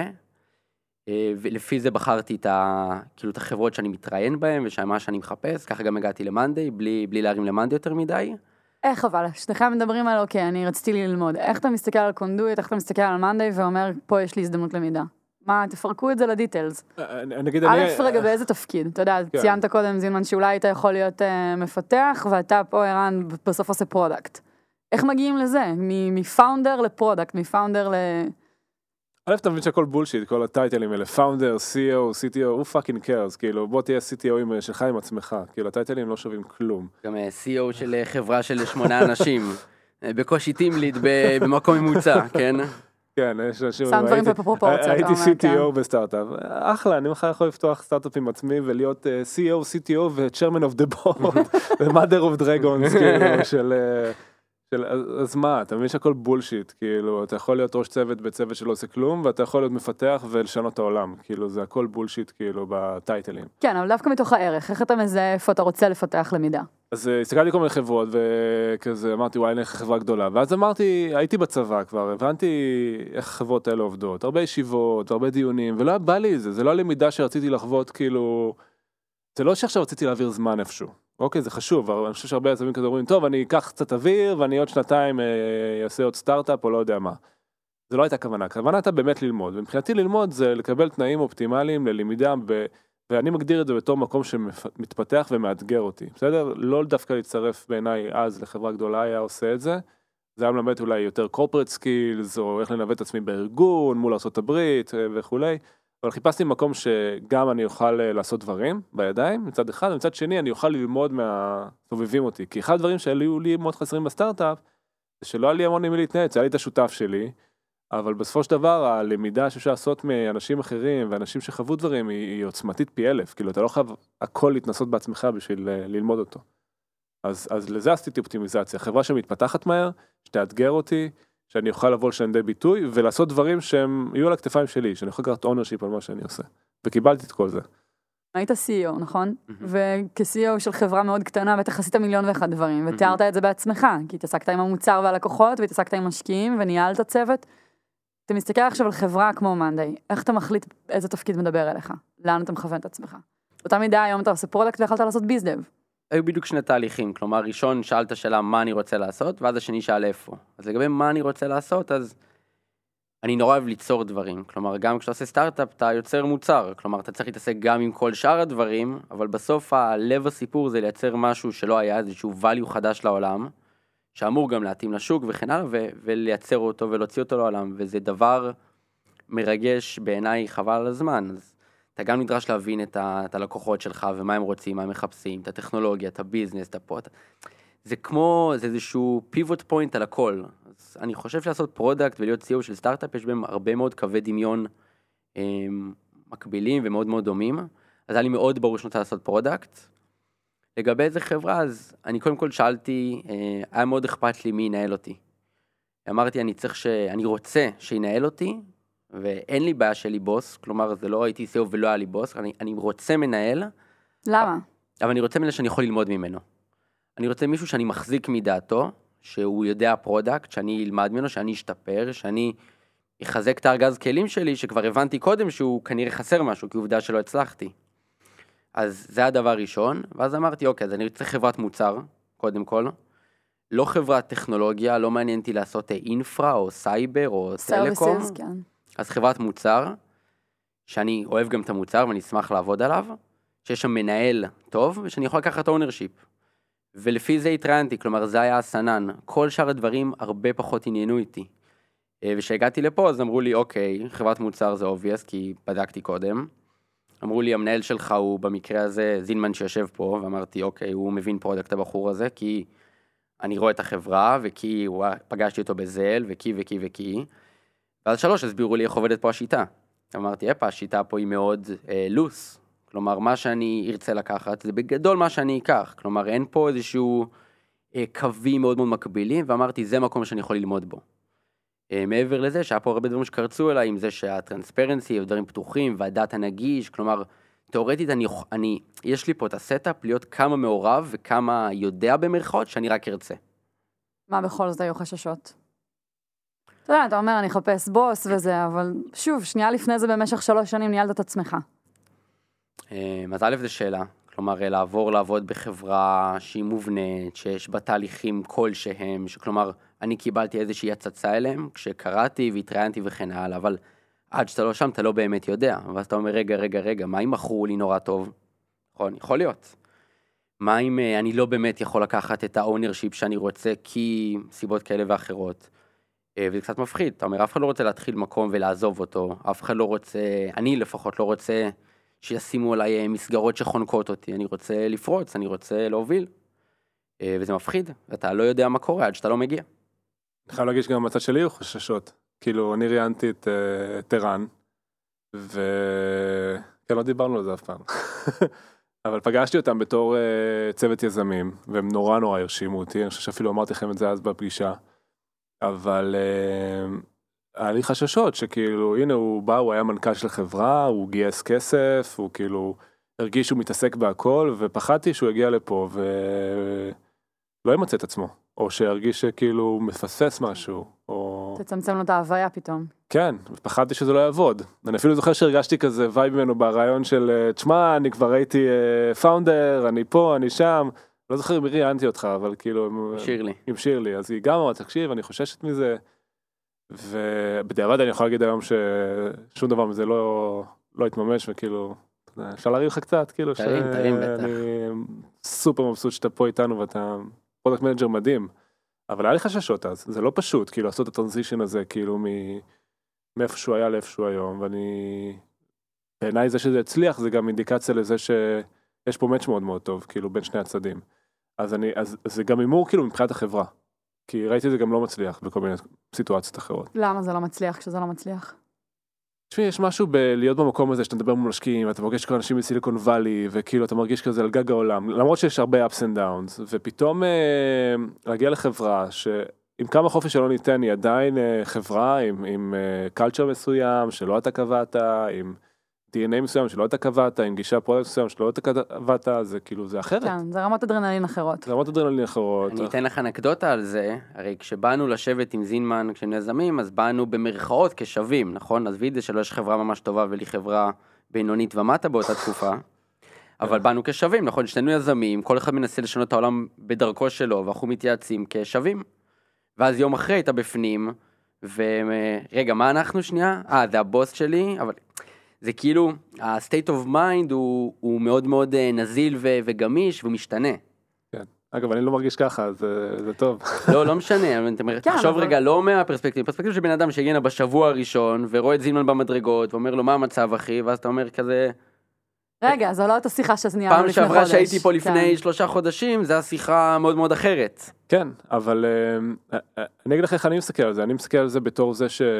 ולפי זה בחרתי את החברות שאני מתראיין בהן, ומה שאני מחפש. ככה גם הגעתי למנדי, בלי להרים למנדי יותר מדי. איך אבל? שניכם מדברים על, אוקיי, אני רציתי ללמוד. איך אתה מסתכל על קונדויט, איך אתה מסתכל על מנדי ואומר, פה יש לי הזדמנות למידה? מה, תפרקו את זה לדיטלס. א' רגע באיזה תפקיד, אתה יודע, ציינת קודם זינמן שאולי אתה יכול להיות מפתח, ואתה פה ערן בסוף עושה פרודקט. איך מגיעים לזה? מפאונדר לפרודקט, מפאונדר ל... א', אתה מבין שהכל בולשיט, כל הטייטלים האלה, פאונדר, CEO, CTO, who fucking cares, כאילו, בוא תהיה CTO שלך עם עצמך, כאילו, הטייטלים לא שווים כלום. גם CEO של חברה של 8 אנשים, בקושי טימליד במקום ממוצע, כן? כן, יש אנשים... שם דברים בפרופורציות. הייתי CTO בסטארט-אפ, אחלה, אני מחר יכול לפתוח סטארט-אפ עם עצמי ולהיות CEO, CTO ו-Chairman of the Board, ו-Mother of Dragons, כאילו, אז מה, אתה מבין שהכל בולשיט, כאילו, אתה יכול להיות ראש צוות בצוות שלא עושה כלום, ואתה יכול להיות מפתח ולשנות את העולם, כאילו, זה הכל בולשיט, כאילו, בטייטלים. כן, אבל דווקא מתוך הערך, איך אתה מזהה איפה אתה רוצה לפתח למידה? אז הסתכלתי כל מיני חברות, וכזה אמרתי, וואי, אני חברה גדולה, ואז אמרתי, הייתי בצבא כבר, הבנתי איך החברות האלה עובדות, הרבה ישיבות, הרבה דיונים, ולא בא לי זה לא למידה שרציתי לחוות, כאילו, זה לא שעכשיו רציתי להעביר זמן איפשהו. אוקיי, זה חשוב, אבל אני חושב שהרבה יזמים כזה אומרים, טוב, אני אקח קצת אוויר, ואני עוד שנתיים אעשה עוד סטארט-אפ, או לא יודע מה. זה לא הייתה כוונה, הכוונה הייתה באמת ללמוד, ומבחינתי ללמוד זה לקבל תנאים אופטימליים ללמידה, ואני מגדיר את זה בתור מקום שמתפתח ומאתגר אותי, בסדר? לא דווקא להצטרף בעיניי אז לחברה גדולה היה עושה את זה, זה היה מלמד אולי יותר corporate skills, או איך לנווט את עצמי בארגון, מול ארצות הברית וכולי, אבל חיפשתי מקום שגם אני אוכל לעשות דברים בידיים, מצד אחד, ומצד שני אני אוכל ללמוד מהסובבים אותי. כי אחד הדברים שהיו לי מאוד חסרים בסטארט-אפ, זה שלא היה לי המון עם מי להתנהל, זה היה לי את השותף שלי, אבל בסופו של דבר, הלמידה שאפשר לעשות מאנשים אחרים, ואנשים שחוו דברים, היא עוצמתית פי 1000, כאילו אתה לא חייב הכל להתנסות בעצמך בשביל ללמוד אותו. אז לזה עשיתי אופטימיזציה, חברה שמתפתחת מהר, שתאתגר אותי, שאני אוכל לבוא לשם די ביטוי, ולעשות דברים שהם יהיו על הכתפיים שלי, שאני יכול לקחת ownership על מה שאני עושה. וקיבלתי את כל זה. היית CEO, נכון? וכ-CEO של חברה מאוד קטנה, בטח עשית 1,001,000 דברים, ותיארת את זה בעצמך, כי התעסקת עם המוצר והלקוחות, והתעסקת עם משקיעים, וניהלת צוות. אתה מסתכל עכשיו על חברה כמו מאנדיי, איך אתה מחליט איזה תפקיד מדבר אליך? לאן אתה מכוון את עצמך? באותה מידה היום אתה עושה פרודקט ויכולת לעשות ביזדב. היו בדיוק שני תהליכים, כלומר, ראשון שאלת שאלה מה אני רוצה לעשות, ואז השני שאל איפה. אז לגבי מה אני רוצה לעשות, אז אני נורא אוהב ליצור דברים, כלומר, גם כשאתה עושה סטארט-אפ, אתה יוצר מוצר, כלומר, אתה צריך להתעסק גם עם כל שאר הדברים, אבל בסוף הלב הסיפור זה לייצר משהו שלא היה, איזשהו value חדש לעולם, שאמור גם להתאים לשוק וכן הלאה, ולייצר אותו ולהוציא אותו לעולם, וזה דבר מרגש בעיניי חבל על הזמן, אז אתה גם נדרש להבין את הלקוחות שלך, ומה הם רוצים, מה הם מחפשים, את הטכנולוגיה, את הביזנס, את הפרוט. זה כמו, זה איזשהו פיבוט פוינט על הכל. אז אני חושב שלעשות פרודקט ולהיות CEO של סטארט-אפ, יש בהם הרבה מאוד קווי דמיון מקבילים ומאוד מאוד דומים. אז היה לי מאוד ברור שאני רוצה לעשות פרודקט. לגבי איזה חברה, אז אני קודם כל שאלתי, היה מאוד אכפת לי מי ינהל אותי. אמרתי, אני רוצה שינהל אותי, ואין לי בעיה שלי בוס, כלומר, זה לא הייתי CEO ולא היה לי בוס, אני רוצה מנהל. למה? אבל אני רוצה מנהל שאני יכול ללמוד ממנו. אני רוצה מישהו שאני מחזיק מדעתו, שהוא יודע פרודקט, שאני אלמד ממנו, שאני אשתפר, שאני אחזק את הארגז כלים שלי, שכבר הבנתי קודם שהוא כנראה חסר משהו, כי עובדה שלא הצלחתי. אז זה הדבר ראשון, ואז אמרתי, אוקיי, אז אני רוצה חברת מוצר, קודם כל, לא חברת טכנולוגיה, לא מעניינתי לעשות אינפרה, או סייבר, או טלקום. כן. אז חברת מוצר, שאני אוהב גם את המוצר, ואני אשמח לעבוד עליו, שיש שם מנהל טוב, ושאני יכול לקחת ownership. ולפי זה התראיינתי, כלומר זה היה הסנן. כל שאר הדברים הרבה פחות עניינו איתי. ושהגעתי לפה, אז אמרו לי, אוקיי, חברת מוצר זה obvious, כי בדקתי קודם. אמרו לי, המנהל שלך הוא במקרה הזה זינמן שיושב פה, ואמרתי, אוקיי, הוא מבין פרודקט הבחור הזה, כי אני רואה את החברה, וכי פגשתי אותו בזל, וכי. ואז 3, הסבירו לי איך עובדת פה השיטה. אמרתי, השיטה פה היא מאוד לוס. כלומר, מה שאני ארצה לקחת, זה בגדול מה שאני אקח. כלומר, אין פה איזשהו קווים מאוד מאוד מקבילים, ואמרתי, זה מקום שאני יכול ללמוד בו. מעבר לזה, שהיה פה הרבה דברים שקרצו אליי, עם זה שהטרנספרנסי, ודברים פתוחים, והדאטה נגיש, כלומר, תיאורטית, יש לי פה את הסטאפ להיות כמה מעורב, וכמה יודע במרכאות, שאני רק ארצה. מה בכל זאת היו חששות? אתה יודע, אתה אומר, אני אחפש בוס וזה, אבל שוב, שנייה לפני זה במשך 3 שנים ניהלת את עצמך. אז א' זה שאלה, כלומר לעבוד בחברה שהיא מובנית, שיש בה תהליכים כלשהם, כלומר אני קיבלתי איזושהי הצצה אליהם, כשקראתי והתראיינתי וכן הלאה, אבל עד שאתה לא שם אתה לא באמת יודע, ואז אתה אומר רגע, מה אם מכרו לי נורא טוב? נכון, יכול להיות. מה אם אני לא באמת יכול לקחת את האונרשיפ שאני רוצה, כי סיבות כאלה ואחרות. וזה קצת מפחיד, אתה אומר, אף אחד לא רוצה להתחיל מקום ולעזוב אותו, אף אחד לא רוצה, אני לפחות לא רוצה שישימו עליי מסגרות שחונקות אותי, אני רוצה לפרוץ, אני רוצה להוביל, וזה מפחיד, ואתה לא יודע מה קורה עד שאתה לא מגיע. אני חייב להגיד שגם בצד שלי הוא חששות, כאילו אני ראיינתי את טרן, וכן, לא דיברנו על זה אף פעם, אבל פגשתי אותם בתור צוות יזמים, והם נורא הרשימו אותי, אני חושב שאפילו אמרתי לכם את זה אז בפגישה, אבל היה לי חששות שכאילו, הנה הוא בא, הוא היה מנכ"ל של חברה, הוא גייס כסף, הוא כאילו הרגיש שהוא מתעסק בהכל, ופחדתי שהוא יגיע לפה ולא ימצא את עצמו, או שהרגיש שכאילו הוא מפספס משהו, או... תצמצם לו את ההוויה פתאום. כן, פחדתי שזה לא יעבוד. אני אפילו זוכר שהרגשתי כזה וייב ממנו ברעיון של, תשמע, אני כבר הייתי פאונדר, אני פה, אני שם, לא זוכר אם ראיינתי אותך, אבל כאילו... עם שירלי. אז היא גם אמרה, תקשיב, אני חוששת מזה, ובדיעבד אני יכול להגיד היום ששום דבר מזה לא התממש, וכאילו, אפשר להרים לך קצת, כאילו, תרים בטח. אני סופר מבסוט שאתה פה איתנו, ואתה פרודקט מנג'ר מדהים, אבל היה לי חששות אז, זה לא פשוט, כאילו, לעשות את הטרנזישן הזה, כאילו, מאיפה שהוא היה לאיפה שהוא היום, ואני... בעיניי זה שזה הצליח, זה גם אינדיקציה לזה שיש פה מאץ' מאוד מאוד טוב, כאילו, בין שני הצדדים. אז זה גם אימור, כאילו, מבחינת החברה. כי ראיתי זה גם לא מצליח בכל מיני סיטואציות אחרות. למה זה לא מצליח כשזה לא מצליח? תשמעי, יש משהו בלהיות במקום הזה, שאתה מדבר מול משקיעים, אתה פוגש כל אנשים בסיליקון ואלי, וכאילו אתה מרגיש כזה על גג העולם, למרות שיש הרבה ups and downs, ופתאום להגיע לחברה, שעם כמה חופש שלא ניתן, היא עדיין חברה עם culture מסוים, שלא אתה קבעת, עם DNA מסוים שלא אתה קבעת, עם גישה פרודקט מסוים שלא אתה קבעת, זה כאילו, זה אחרת. כן, זה רמות אדרנלין אחרות. זה רמות אדרנלין אחרות. אני אתן לך אנקדוטה על זה, הרי כשבאנו לשבת עם זינמן, כשהם יזמים, אז באנו במרכאות כשווים, נכון? אז וידא שלא יש חברה ממש טובה ולי חברה בינונית ומטה באותה תקופה, אבל באנו כשווים, נכון? שנינו יזמים, כל אחד מנסה לשנות את העולם בדרכו שלו, ואנחנו מתייעצים כשווים. ואז יום אחרי הייתה בפנים, ורגע, מה אנחנו שנייה? זה הבוס שלי, אבל... זה כאילו, ה-state of mind הוא מאוד מאוד נזיל וגמיש ומשתנה. כן. אגב, אני לא מרגיש ככה, זה טוב. לא משנה, תחשוב רגע, לא מהפרספקטיבה, פרספקטיבה של בן אדם שהגיע בשבוע הראשון, ורואה את זינמן במדרגות, ואומר לו, מה המצב אחי? ואז אתה אומר כזה... רגע, זו לא אותה שיחה שנייה לפני חודש. פעם שעברה שהייתי פה לפני 3 חודשים, זו השיחה מאוד מאוד אחרת. כן, אבל אני אגיד לך איך אני מסתכל על זה, אני מסתכל על זה בתור זה ש...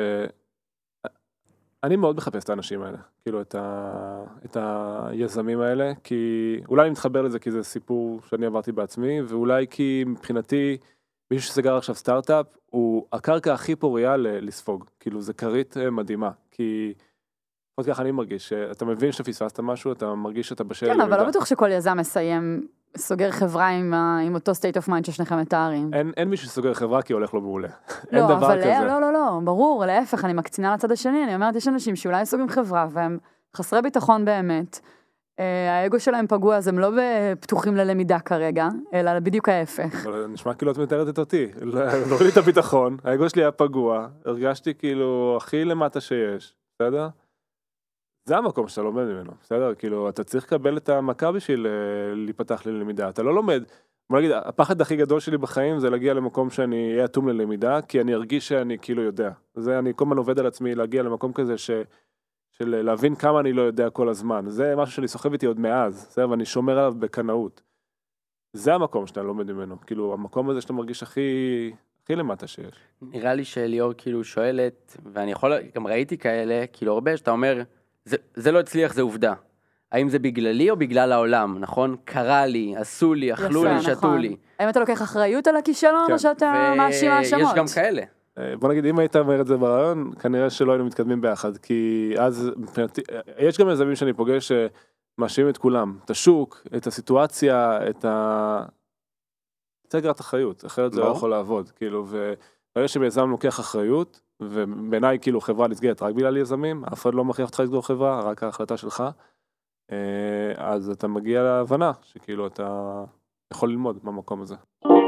אני מאוד מחפש את האנשים האלה, כאילו את היזמים האלה, כי אולי אני מתחבר לזה כי זה סיפור שאני עברתי בעצמי, ואולי כי מבחינתי מישהו שסגר עכשיו סטארט-אפ, הוא הקרקע הכי פוריה לספוג, כאילו זה קרית מדהימה, כי עוד כך אני מרגיש, שאתה מבין שאתה פספסת משהו, אתה מרגיש שאתה בשל... כן, אבל לא בטוח שכל יזם מסיים, סוגר חברה עם אותו state of mind ששניכם מתארים. אין מישהו שסוגר חברה כי הולך לו מעולה. אין דבר כזה. לא, ברור, להפך, אני מקצינה לצד השני, אני אומרת, יש אנשים שאולי סוגרים חברה, והם חסרי ביטחון באמת, האגו שלהם פגוע, אז הם לא פתוחים ללמידה כרגע, אלא בדיוק ההפך. נשמע כאילו את מתארת את אותי, לא לי את הביטחון, האגו שלי היה פגוע, הרגשתי כאילו הכי למטה שיש, בסדר? זה המקום שאתה לומד ממנו, בסדר? כאילו, אתה צריך לקבל את המכה בשביל להיפתח ללמידה. אתה לא לומד. בוא נגיד, הפחד הכי גדול שלי בחיים זה להגיע למקום שאני אהיה אטום ללמידה, כי אני ארגיש שאני כאילו יודע. זה, אני כל הזמן עובד על עצמי להגיע למקום כזה של להבין כמה אני לא יודע כל הזמן. זה משהו שאני סוחב איתי עוד מאז, בסדר? ואני שומר עליו בקנאות. זה המקום שאתה לומד ממנו. כאילו, המקום הזה שאתה מרגיש הכי למטה שיש. נראה לי שליאור כאילו שואלת, ואני יכול, גם ראיתי כאלה, כאילו הרבה שאתה אומר, זה לא הצליח, זה עובדה. האם זה בגללי או בגלל העולם, נכון? קרה לי, עשו לי, אכלו לי, שתו לי. האם אתה לוקח אחריות על הכישלון או שאתה מאשים האשמות? יש גם כאלה. בוא נגיד, אם היית אומר את זה ברעיון, כנראה שלא היינו מתקדמים ביחד, כי אז, יש גם יזמים שאני פוגש שמאשימים את כולם, את השוק, את הסיטואציה, את סגרת אחריות, אחרת זה לא יכול לעבוד, כאילו, וברגע שיזם לוקח אחריות, ובעיניי כאילו חברה נסגרת רק בגלל יזמים, אף אחד לא מכריח אותך לסגור חברה, רק ההחלטה שלך, אז אתה מגיע להבנה שכאילו אתה יכול ללמוד במקום הזה.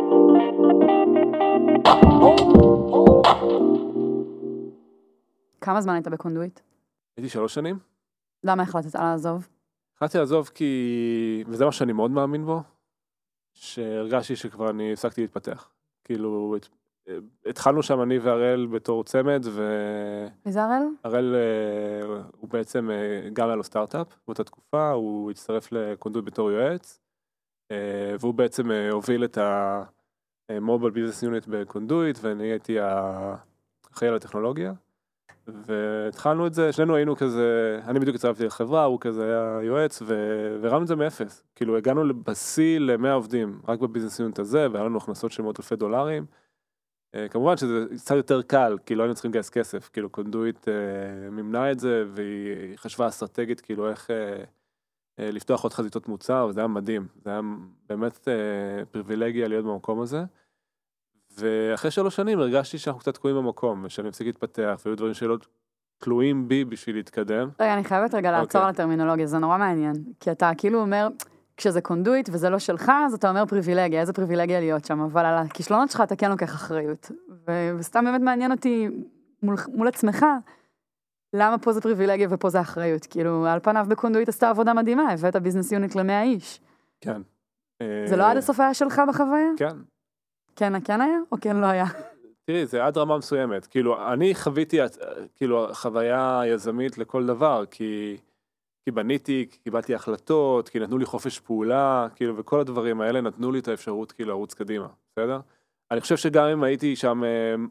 כמה זמן היית בקונדויט? הייתי 3 שנים. למה החלטת לעזוב? החלטתי לעזוב כי, וזה מה שאני מאוד מאמין בו, שהרגשתי שכבר אני הפסקתי להתפתח. כאילו, התחלנו שם אני והראל בתור צמד, מי זה הראל? הראל הוא בעצם גם היה לו סטארט-אפ באותה תקופה, הוא הצטרף לקונדויט בתור יועץ, והוא בעצם הוביל את המוביל ביזנס יוניט בקונדויט, ואני הייתי אחראי על הטכנולוגיה, והתחלנו את זה, שנינו היינו כזה, אני בדיוק הצטרפתי לחברה, הוא כזה היה יועץ, והרמנו את זה מאפס, כאילו הגענו לבשיא ל100 עובדים, רק בביזנס יוניט הזה, והיה לנו הכנסות של $100,000, כמובן שזה קצת יותר קל, כי לא היינו צריכים לגייס כסף, כאילו קונדויט מימנה את זה, והיא חשבה אסטרטגית, כאילו איך לפתוח עוד חזיתות מוצר, וזה היה מדהים, זה היה באמת פריבילגיה להיות במקום הזה, ואחרי 3 שנים הרגשתי שאנחנו קצת תקועים במקום, ושאני מפסיק להתפתח, והיו דברים שלא תלויים בי בשביל להתקדם. רגע, אני חייבת רגע לעצור על הטרמינולוגיה, זה נורא מעניין, כי אתה כאילו אומר, כשזה קונדויט וזה לא שלך, אז אתה אומר פריבילגיה, איזה פריבילגיה להיות שם, אבל על הכישלונות שלך אתה כן לוקח אחריות. וסתם באמת מעניין אותי מול עצמך, למה פה זה פריבילגיה ופה זה אחריות. כאילו, על פניו בקונדויט עשתה עבודה מדהימה, הבאת ביזנס יוניט ל100 איש. כן. זה לא עד הסוף היה שלך בחוויה? כן. כן היה או כן לא היה? תראי, זה עד רמה מסוימת. כאילו, אני חוויתי, כאילו, חוויה יזמית לכל דבר, כי בניתי, כי קיבלתי החלטות, כי נתנו לי חופש פעולה, כאילו, וכל הדברים האלה נתנו לי את האפשרות, כאילו, לרוץ קדימה, בסדר? אני חושב שגם אם הייתי שם,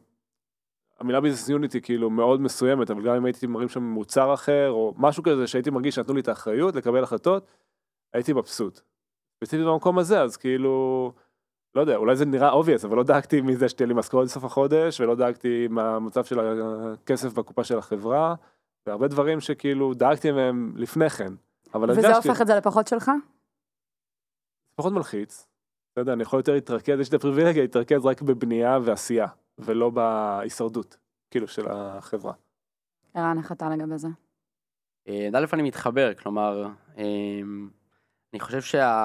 המילה ביזנס יוניט היא כאילו מאוד מסוימת, אבל גם אם הייתי מראים שם מוצר אחר, או משהו כזה שהייתי מרגיש שנתנו לי את האחריות לקבל החלטות, הייתי מבסוט. וצאתי במקום הזה, אז כאילו, לא יודע, אולי זה נראה obvious, אבל לא דאגתי מזה שתהיה לי משכורת בסוף החודש, ולא דאגתי מהמצב של הכסף בקופה של החברה, והרבה דברים שכאילו דאגתי מהם לפני כן. וזה הופך את זה לפחות שלך? פחות מלחיץ. אתה יודע, אני יכול יותר להתרכז, יש את הפריבילגיה, להתרכז רק בבנייה ועשייה, ולא בהישרדות, כאילו, של החברה. ערן, איך אתה לגבי זה? א', אני מתחבר, כלומר, אני חושב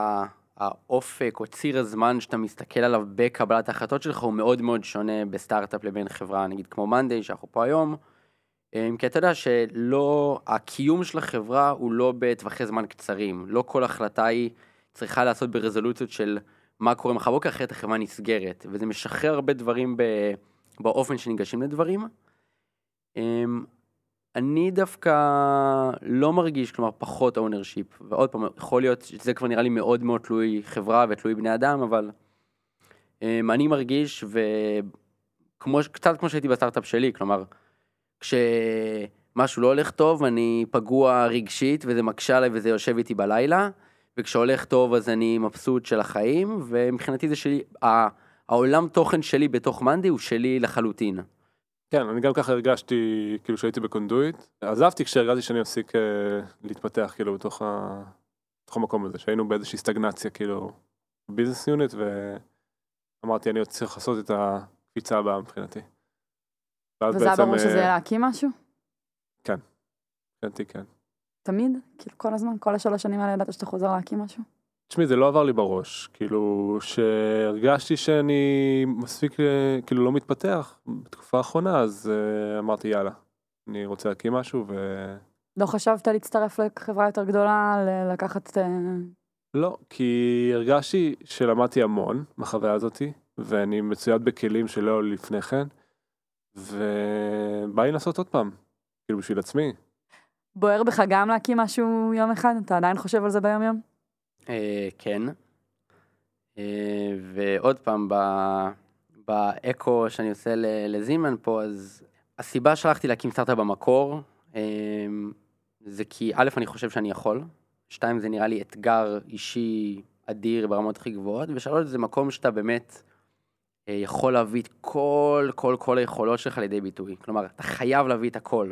שהאופק או ציר הזמן שאתה מסתכל עליו בקבלת ההחלטות שלך הוא מאוד מאוד שונה בסטארט-אפ לבין חברה, נגיד כמו מאנדיי, שאנחנו פה היום, כי אתה יודע שלא, הקיום של החברה הוא לא בטווחי זמן קצרים, לא כל החלטה היא צריכה לעשות ברזולוציות של מה קורה מחר בוקר, אחרת החברה נסגרת, וזה משחרר הרבה דברים באופן שניגשים לדברים. אני דווקא לא מרגיש, כלומר, פחות אונרשיפ, ועוד פעם, יכול להיות שזה כבר נראה לי מאוד מאוד תלוי חברה ותלוי בני אדם, אבל אני מרגיש, קצת כמו שהייתי בסטארט-אפ שלי, כלומר, כשמשהו לא הולך טוב, אני פגוע רגשית, וזה מקשה עליי וזה יושב איתי בלילה, וכשהולך טוב אז אני מבסוט של החיים, ומבחינתי זה שלי, העולם תוכן שלי בתוך מאנדיי הוא שלי לחלוטין. כן, אני גם ככה הרגשתי, כאילו שהייתי בקונדויט, עזבתי כשהרגשתי שאני מפסיק להתפתח, כאילו, בתוך המקום הזה, שהיינו באיזושהי סטגנציה, כאילו, ביזנס יוניט, ואמרתי, אני צריך לעשות את הקפיצה הבאה מבחינתי. וזה היה ברור שזה יהיה להקים משהו? כן, כן. תמיד? כאילו כל הזמן, כל 3 שנים האלה ידעת שאתה חוזר להקים משהו? תשמעי, זה לא עבר לי בראש, כאילו שהרגשתי שאני מספיק, כאילו לא מתפתח בתקופה האחרונה, אז אמרתי יאללה, אני רוצה להקים משהו לא חשבת להצטרף לחברה יותר גדולה, לקחת... לא, כי הרגשתי שלמדתי המון בחוויה הזאת, ואני מצויד בכלים שלא לפני כן, ובא לי לעשות עוד פעם, כאילו בשביל עצמי. בוער בך גם להקים משהו יום אחד? אתה עדיין חושב על זה ביום יום? כן. ועוד פעם, באקו שאני עושה לזימן פה, אז הסיבה שהלכתי להקים סטארט-אפ במקור, זה כי א', אני חושב שאני יכול, 2, זה נראה לי אתגר אישי אדיר ברמות הכי גבוהות, ו3, זה מקום שאתה באמת יכול להביא את כל היכולות שלך לידי ביטוי. כלומר, אתה חייב להביא את הכל.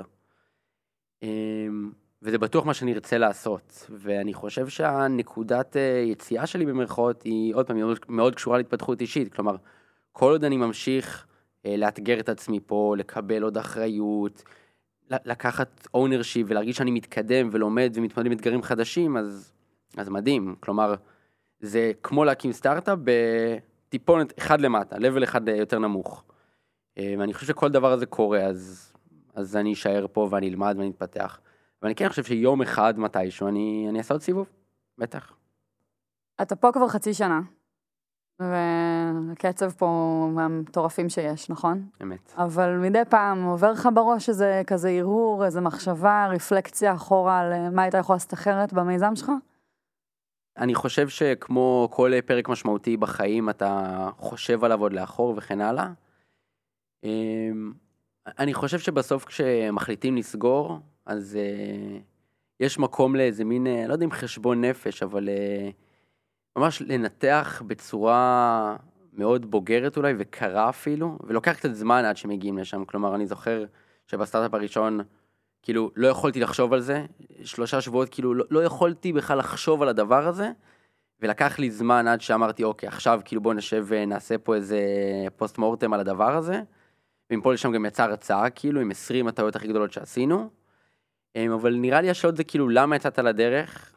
וזה בטוח מה שאני ארצה לעשות, ואני חושב שהנקודת יציאה שלי במרכאות היא עוד פעם מאוד קשורה להתפתחות אישית, כלומר, כל עוד אני ממשיך לאתגר את עצמי פה, לקבל עוד אחריות, לקחת ownership ולהרגיש שאני מתקדם ולומד ומתמודד עם אתגרים חדשים, אז מדהים, כלומר, זה כמו להקים סטארט-אפ בטיפונת אחד למטה, level אחד יותר נמוך, ואני חושב שכל דבר הזה קורה, אז אני אשאר פה ואני אלמד ואני אתפתח. ואני כן חושב שיום אחד מתישהו אני אעשה עוד סיבוב, בטח. אתה פה כבר חצי שנה. והקצב פה מהמטורפים שיש, נכון? אמת. אבל מדי פעם עובר לך בראש איזה כזה הרהור, איזה מחשבה, רפלקציה אחורה על מה היית יכול לעשות אחרת במיזם שלך? אני חושב שכמו כל פרק משמעותי בחיים, אתה חושב עליו עוד לאחור וכן הלאה. אני חושב שבסוף כשמחליטים לסגור, אז יש מקום לאיזה מין, לא יודע אם חשבון נפש, אבל ממש לנתח בצורה מאוד בוגרת אולי, וקרה אפילו, ולוקח קצת זמן עד שמגיעים לשם. כלומר, אני זוכר שבסטארט-אפ הראשון, כאילו, לא יכולתי לחשוב על זה, 3 שבועות, כאילו, לא יכולתי בכלל לחשוב על הדבר הזה, ולקח לי זמן עד שאמרתי, אוקיי, עכשיו, כאילו, בוא נשב ונעשה פה איזה פוסט מורטם על הדבר הזה, ומפה לשם גם יצא הרצאה, כאילו, עם 20 הטעויות הכי גדולות שעשינו, אבל נראה לי השאלות זה כאילו, למה יצאת לדרך?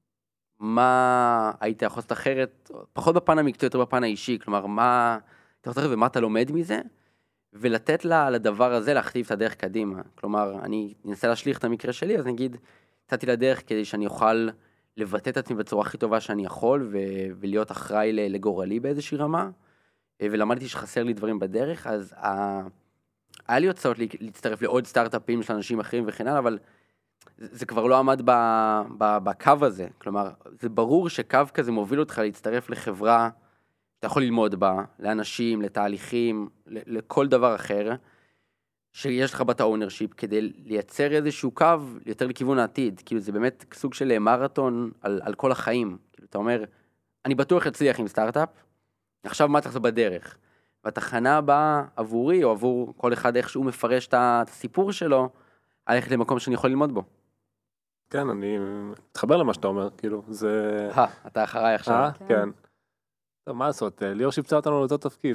מה היית יכול לעשות אחרת? פחות בפן המקצועי, יותר בפן האישי, כלומר, מה אתה רוצה ומה אתה לומד מזה? ולתת לדבר הזה להכתיב את הדרך קדימה. כלומר, אני אנסה להשליך את המקרה שלי, אז נגיד, יצאתי לדרך כדי שאני אוכל לבטא את עצמי בצורה הכי טובה שאני יכול, ולהיות אחראי לגורלי באיזושהי רמה, ולמדתי שחסר לי דברים בדרך, אז היה לי הוצאות להצטרף לעוד סטארט-אפים של אנשים אחרים וכן הלאה, אבל זה כבר לא עמד בקו הזה. כלומר, זה ברור שקו כזה מוביל אותך להצטרף לחברה שאתה יכול ללמוד בה, לאנשים, לתהליכים, לכל דבר אחר, שיש לך בת האונרשיפ, כדי לייצר איזשהו קו יותר לכיוון העתיד. כאילו, זה באמת סוג של מרתון על כל החיים. כאילו, אתה אומר, אני בטוח אצליח עם סטארט-אפ, עכשיו מה צריך לעשות בדרך? והתחנה הבאה עבורי, או עבור כל אחד איך שהוא מפרש את הסיפור שלו, ללכת למקום שאני יכול ללמוד בו. כן, אני מתחבר למה שאתה אומר, כאילו, זה... אתה אחריי עכשיו. כן. טוב, מה לעשות, ליאור שיפצה אותנו לאותו תפקיד.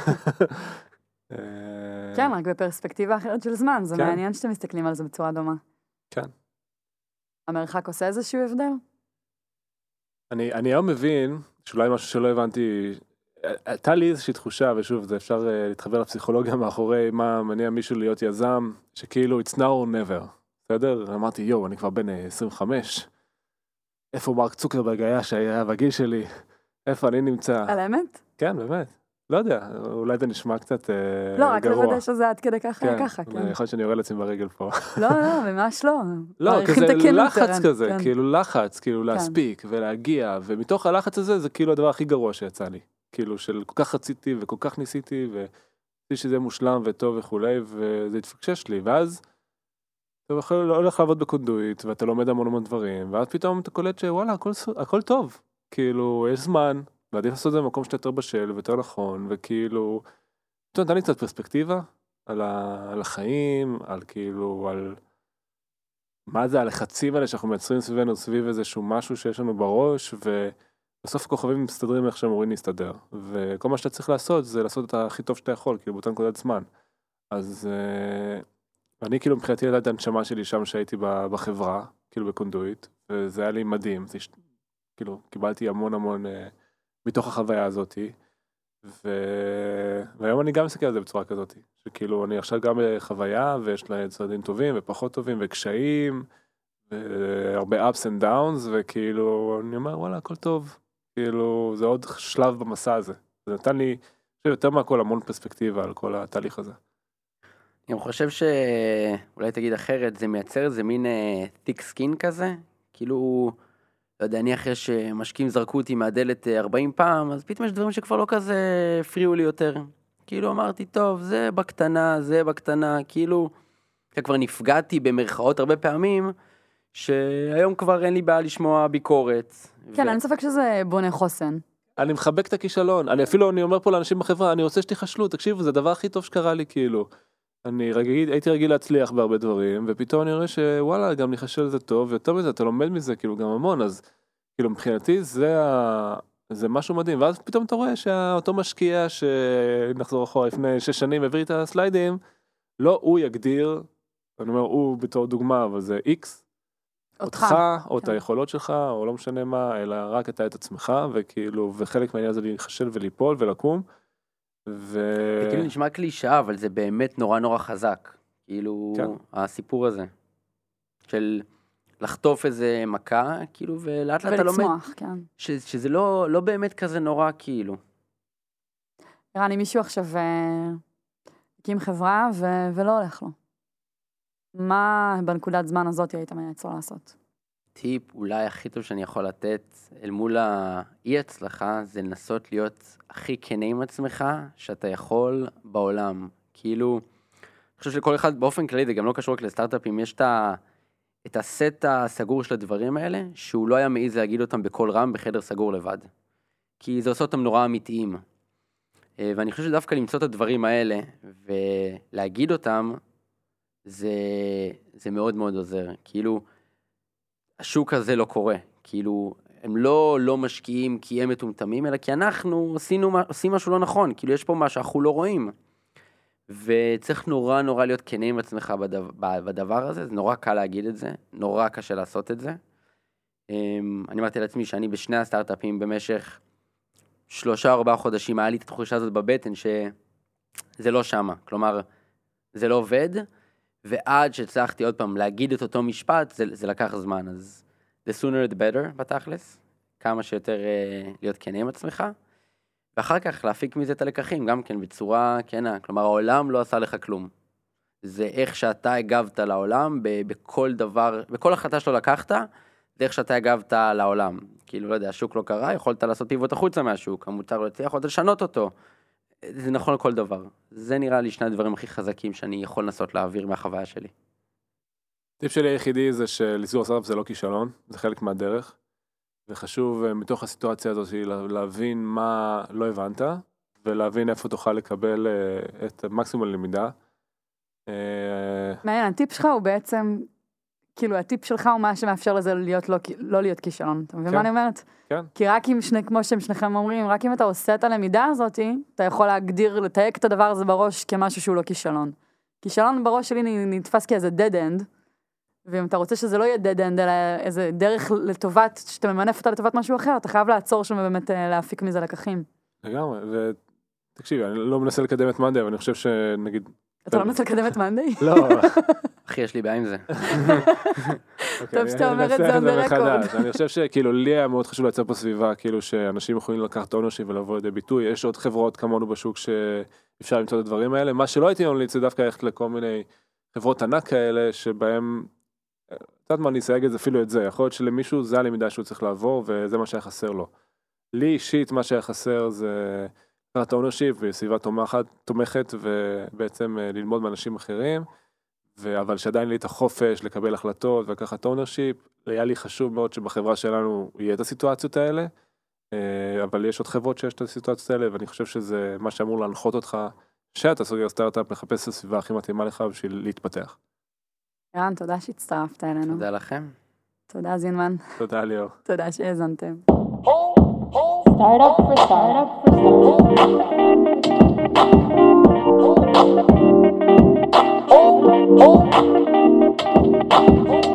כן, רק בפרספקטיבה אחרת של זמן, זה מעניין שאתם מסתכלים על זה בצורה דומה. כן. המרחק עושה איזשהו הבדל? אני היום מבין, שאולי משהו שלא הבנתי, הייתה לי איזושהי תחושה, ושוב, זה אפשר להתחבר לפסיכולוגיה מאחורי מה מניע מישהו להיות יזם, שכאילו it's now or never, בסדר? אמרתי, יו, אני כבר בן 25, איפה מרק צוקרברג היה שהיה בגיל שלי, איפה אני נמצא? על האמת? כן, באמת. לא יודע, אולי זה נשמע קצת גרוע. לא, רק לוודא שזה עד כדי ככה, ככה, כן. יכול להיות שאני יורד לעצמי ברגל פה. לא, ממש לא. לא, כזה לחץ כזה, כאילו לחץ, כאילו להספיק ולהגיע, ומתוך הלחץ הזה זה כאילו הדבר הכי גרוע שיצא לי. כאילו של כל כך רציתי וכל כך ניסיתי, ורציתי שזה מושלם וטוב וכולי, וזה התפקשש לי, ואז אתה הולך לעבוד בקונדויט, ואתה לומד המון דברים, ואז פתאום אתה קולט שוואלה, הכל טוב. כאילו, יש זמן, ועדיף לעשות את זה במקום שאתה יותר בשל ויותר נכון, וכאילו, אתה נתן לי קצת פרספקטיבה על החיים, על כאילו, על מה זה הלחצים האלה שאנחנו מייצרים סביבנו, סביב איזשהו משהו שיש לנו בראש, ובסוף הכוכבים מסתדרים איך שהם אמורים להסתדר, וכל מה שאתה צריך לעשות זה לעשות את הכי טוב שאתה יכול, כאילו באותה נקודת זמן. אז אני כאילו מבחינתי ידעתי הנשמה שלי שם שהייתי בחברה, כאילו בקונדויט, וזה היה לי מדהים, כאילו קיבלתי המון מתוך החוויה הזאת, והיום אני גם מסתכל על זה בצורה כזאת, שכאילו אני עכשיו גם בחוויה, ויש לה צעדים טובים ופחות טובים, וקשיים, והרבה ups and downs, וכאילו אני אומר וואלה הכל טוב, כאילו זה עוד שלב במסע הזה, זה נתן לי יותר מהכל המון פרספקטיבה על כל התהליך הזה. אני חושב שאולי תגיד אחרת, זה מייצר איזה מין thick skin כזה, כאילו, לא יודע, אני אחרי שמשקיעים זרקו אותי מהדלת 40 פעם, אז פתאום יש דברים שכבר לא כזה הפריעו לי יותר. כאילו אמרתי, טוב, זה בקטנה, כאילו, כבר נפגעתי במרכאות הרבה פעמים, שהיום כבר אין לי בעיה לשמוע ביקורת. כן, אני ספק שזה בונה חוסן. אני מחבק את הכישלון, אני אומר פה לאנשים בחברה, אני רוצה שתיחשלו, תקשיבו, זה הדבר הכי טוב שקרה לי, כאילו. הייתי רגיל להצליח בהרבה דברים, ופתאום אני רואה שוואלה, גם להיחשל זה טוב, ויותר מזה, אתה לומד מזה, כאילו, גם המון, אז, כאילו, מבחינתי, זה משהו מדהים, ואז פתאום אתה רואה שאותו משקיע, שנחזור אחורה לפני 6 שנים, העביר את הסליידים, לא הוא יגדיר, אני אומר, הוא בתור דוגמה, אבל זה X, אותך, או את היכולות שלך, או לא משנה מה, אלא רק אתה את עצמך, וכאילו, וחלק מהעניין זה להיחשל וליפול ולקום, זה כאילו נשמע קלישאה, אבל זה באמת נורא חזק. כאילו, הסיפור הזה. של לחטוף איזה מכה, כאילו, ולאט לאט אתה לומד. ולצמוח, כן. שזה לא באמת כזה נורא, כאילו. ערן, אם מישהו עכשיו הקים חברה ולא הולך לו. מה בנקודת זמן הזאת היית מייצר לעשות? טיפ אולי הכי טוב שאני יכול לתת אל מול האי הצלחה, זה לנסות להיות הכי כנה עם עצמך שאתה יכול בעולם. כאילו, אני חושב שלכל אחד באופן כללי, זה גם לא קשור רק לסטארט-אפים, יש את הסט הסגור של הדברים האלה, שהוא לא היה מעיז להגיד אותם בכל רם בחדר סגור לבד. כי זה עושה אותם נורא אמיתיים. ואני חושב שדווקא למצוא את הדברים האלה, ולהגיד אותם, זה מאוד מאוד עוזר. כאילו, השוק הזה לא קורה. כאילו, הם לא משקיעים כי הם מטומטמים, אלא כי אנחנו עושים משהו לא נכון. כאילו, יש פה מה שאנחנו לא רואים. וצריך נורא להיות כנה עם עצמך בדבר הזה. זה נורא קל להגיד את זה, נורא קשה לעשות את זה. אני אמרתי לעצמי שאני בשני הסטארט-אפים במשך 3-4 חודשים, היה לי את התחושה הזאת בבטן שזה לא שמה. כלומר, זה לא עובד, ועד שהצלחתי עוד פעם להגיד את אותו משפט, זה לקח זמן. אז the sooner the better בתכלס, כמה שיותר להיות כנה עם עצמך, ואחר כך להפיק מזה את הלקחים, גם כן בצורה כנה. כלומר, העולם לא עשה לך כלום. זה איך שאתה הגבת לעולם בכל דבר, בכל החלטה שלא לקחת, זה איך שאתה הגבת לעולם. כאילו, לא יודע, השוק לא קרה, יכולת לעשות פיבוט החוצה מהשוק, המוצר לא יצא, יכולת לשנות אותו. זה נכון לכל דבר. זה נראה לי שני הדברים הכי חזקים שאני יכול לנסות להעביר מהחוויה שלי. טיפ שלי היחידי זה שלסגור סטארט-אפ זה לא כישלון, זה חלק מהדרך, וחשוב מתוך הסיטואציה הזאת להבין מה לא הבנת, ולהבין איפה תוכל לקבל את מקסימום למידה. מעניין, הטיפ שלך הוא בעצם, כאילו הטיפ שלך הוא מה שמאפשר לזה לא להיות כישלון. אתה מבין מה אני אומרת? כן. כי רק אם כמו שהם שניכם אומרים, רק אם אתה עושה את הלמידה הזאת, אתה יכול לתייק את הדבר הזה בראש כמשהו שהוא לא כישלון. כישלון בראש שלי נתפס כאיזה dead end, ואם אתה רוצה שזה לא יהיה dead end, אלא איזה דרך לטובת, שאתה ממנף אותה לטובת משהו אחר, אתה חייב לעצור שם ובאמת להפיק מזה לקחים. לגמרי, ותקשיבי, אני לא מנסה לקדם את מאנדיי, אבל אני חושב שנגיד... אתה לא מנסה לקדם את מאנדיי? לא. אחי, יש לי בעיה עם זה. טוב שאתה אומר את זה on the record. אני חושב שכאילו לי היה מאוד חשוב לייצר פה סביבה, כאילו שאנשים יכולים לקחת ownership ולבוא לידי ביטוי, יש עוד חברות כמונו בשוק שאפשר למצוא את הדברים האלה, מה שלא הייתי ממליץ זה דווקא ללכת לכל מיני חברות ענק כאלה, שבהם, את יודעת מה, אני אסייג את זה, אפילו את זה, יכול להיות שלמישהו זה הלמידה שהוא צריך לעבור, וזה מה שהיה חסר לו. לי אישית מה שהיה חסר זה לקחת ownership וסביבה תומכת, ובעצם ללמוד מאנשים אחרים, אבל שעדיין לי את החופש לקבל החלטות ולקחת ownership, היה לי חשוב מאוד שבחברה שלנו יהיה את הסיטואציות האלה, אבל יש עוד חברות שיש את הסיטואציות האלה, ואני חושב שזה מה שאמור להנחות אותך, שאתה סוגר סטארט-אפ, לחפש את הסביבה הכי מתאימה לך בשביל להתפתח. ערן, תודה שהצטרפת אלינו. תודה לכם. תודה זינמן. תודה ליאור. תודה שהאזנתם. Startup for startup.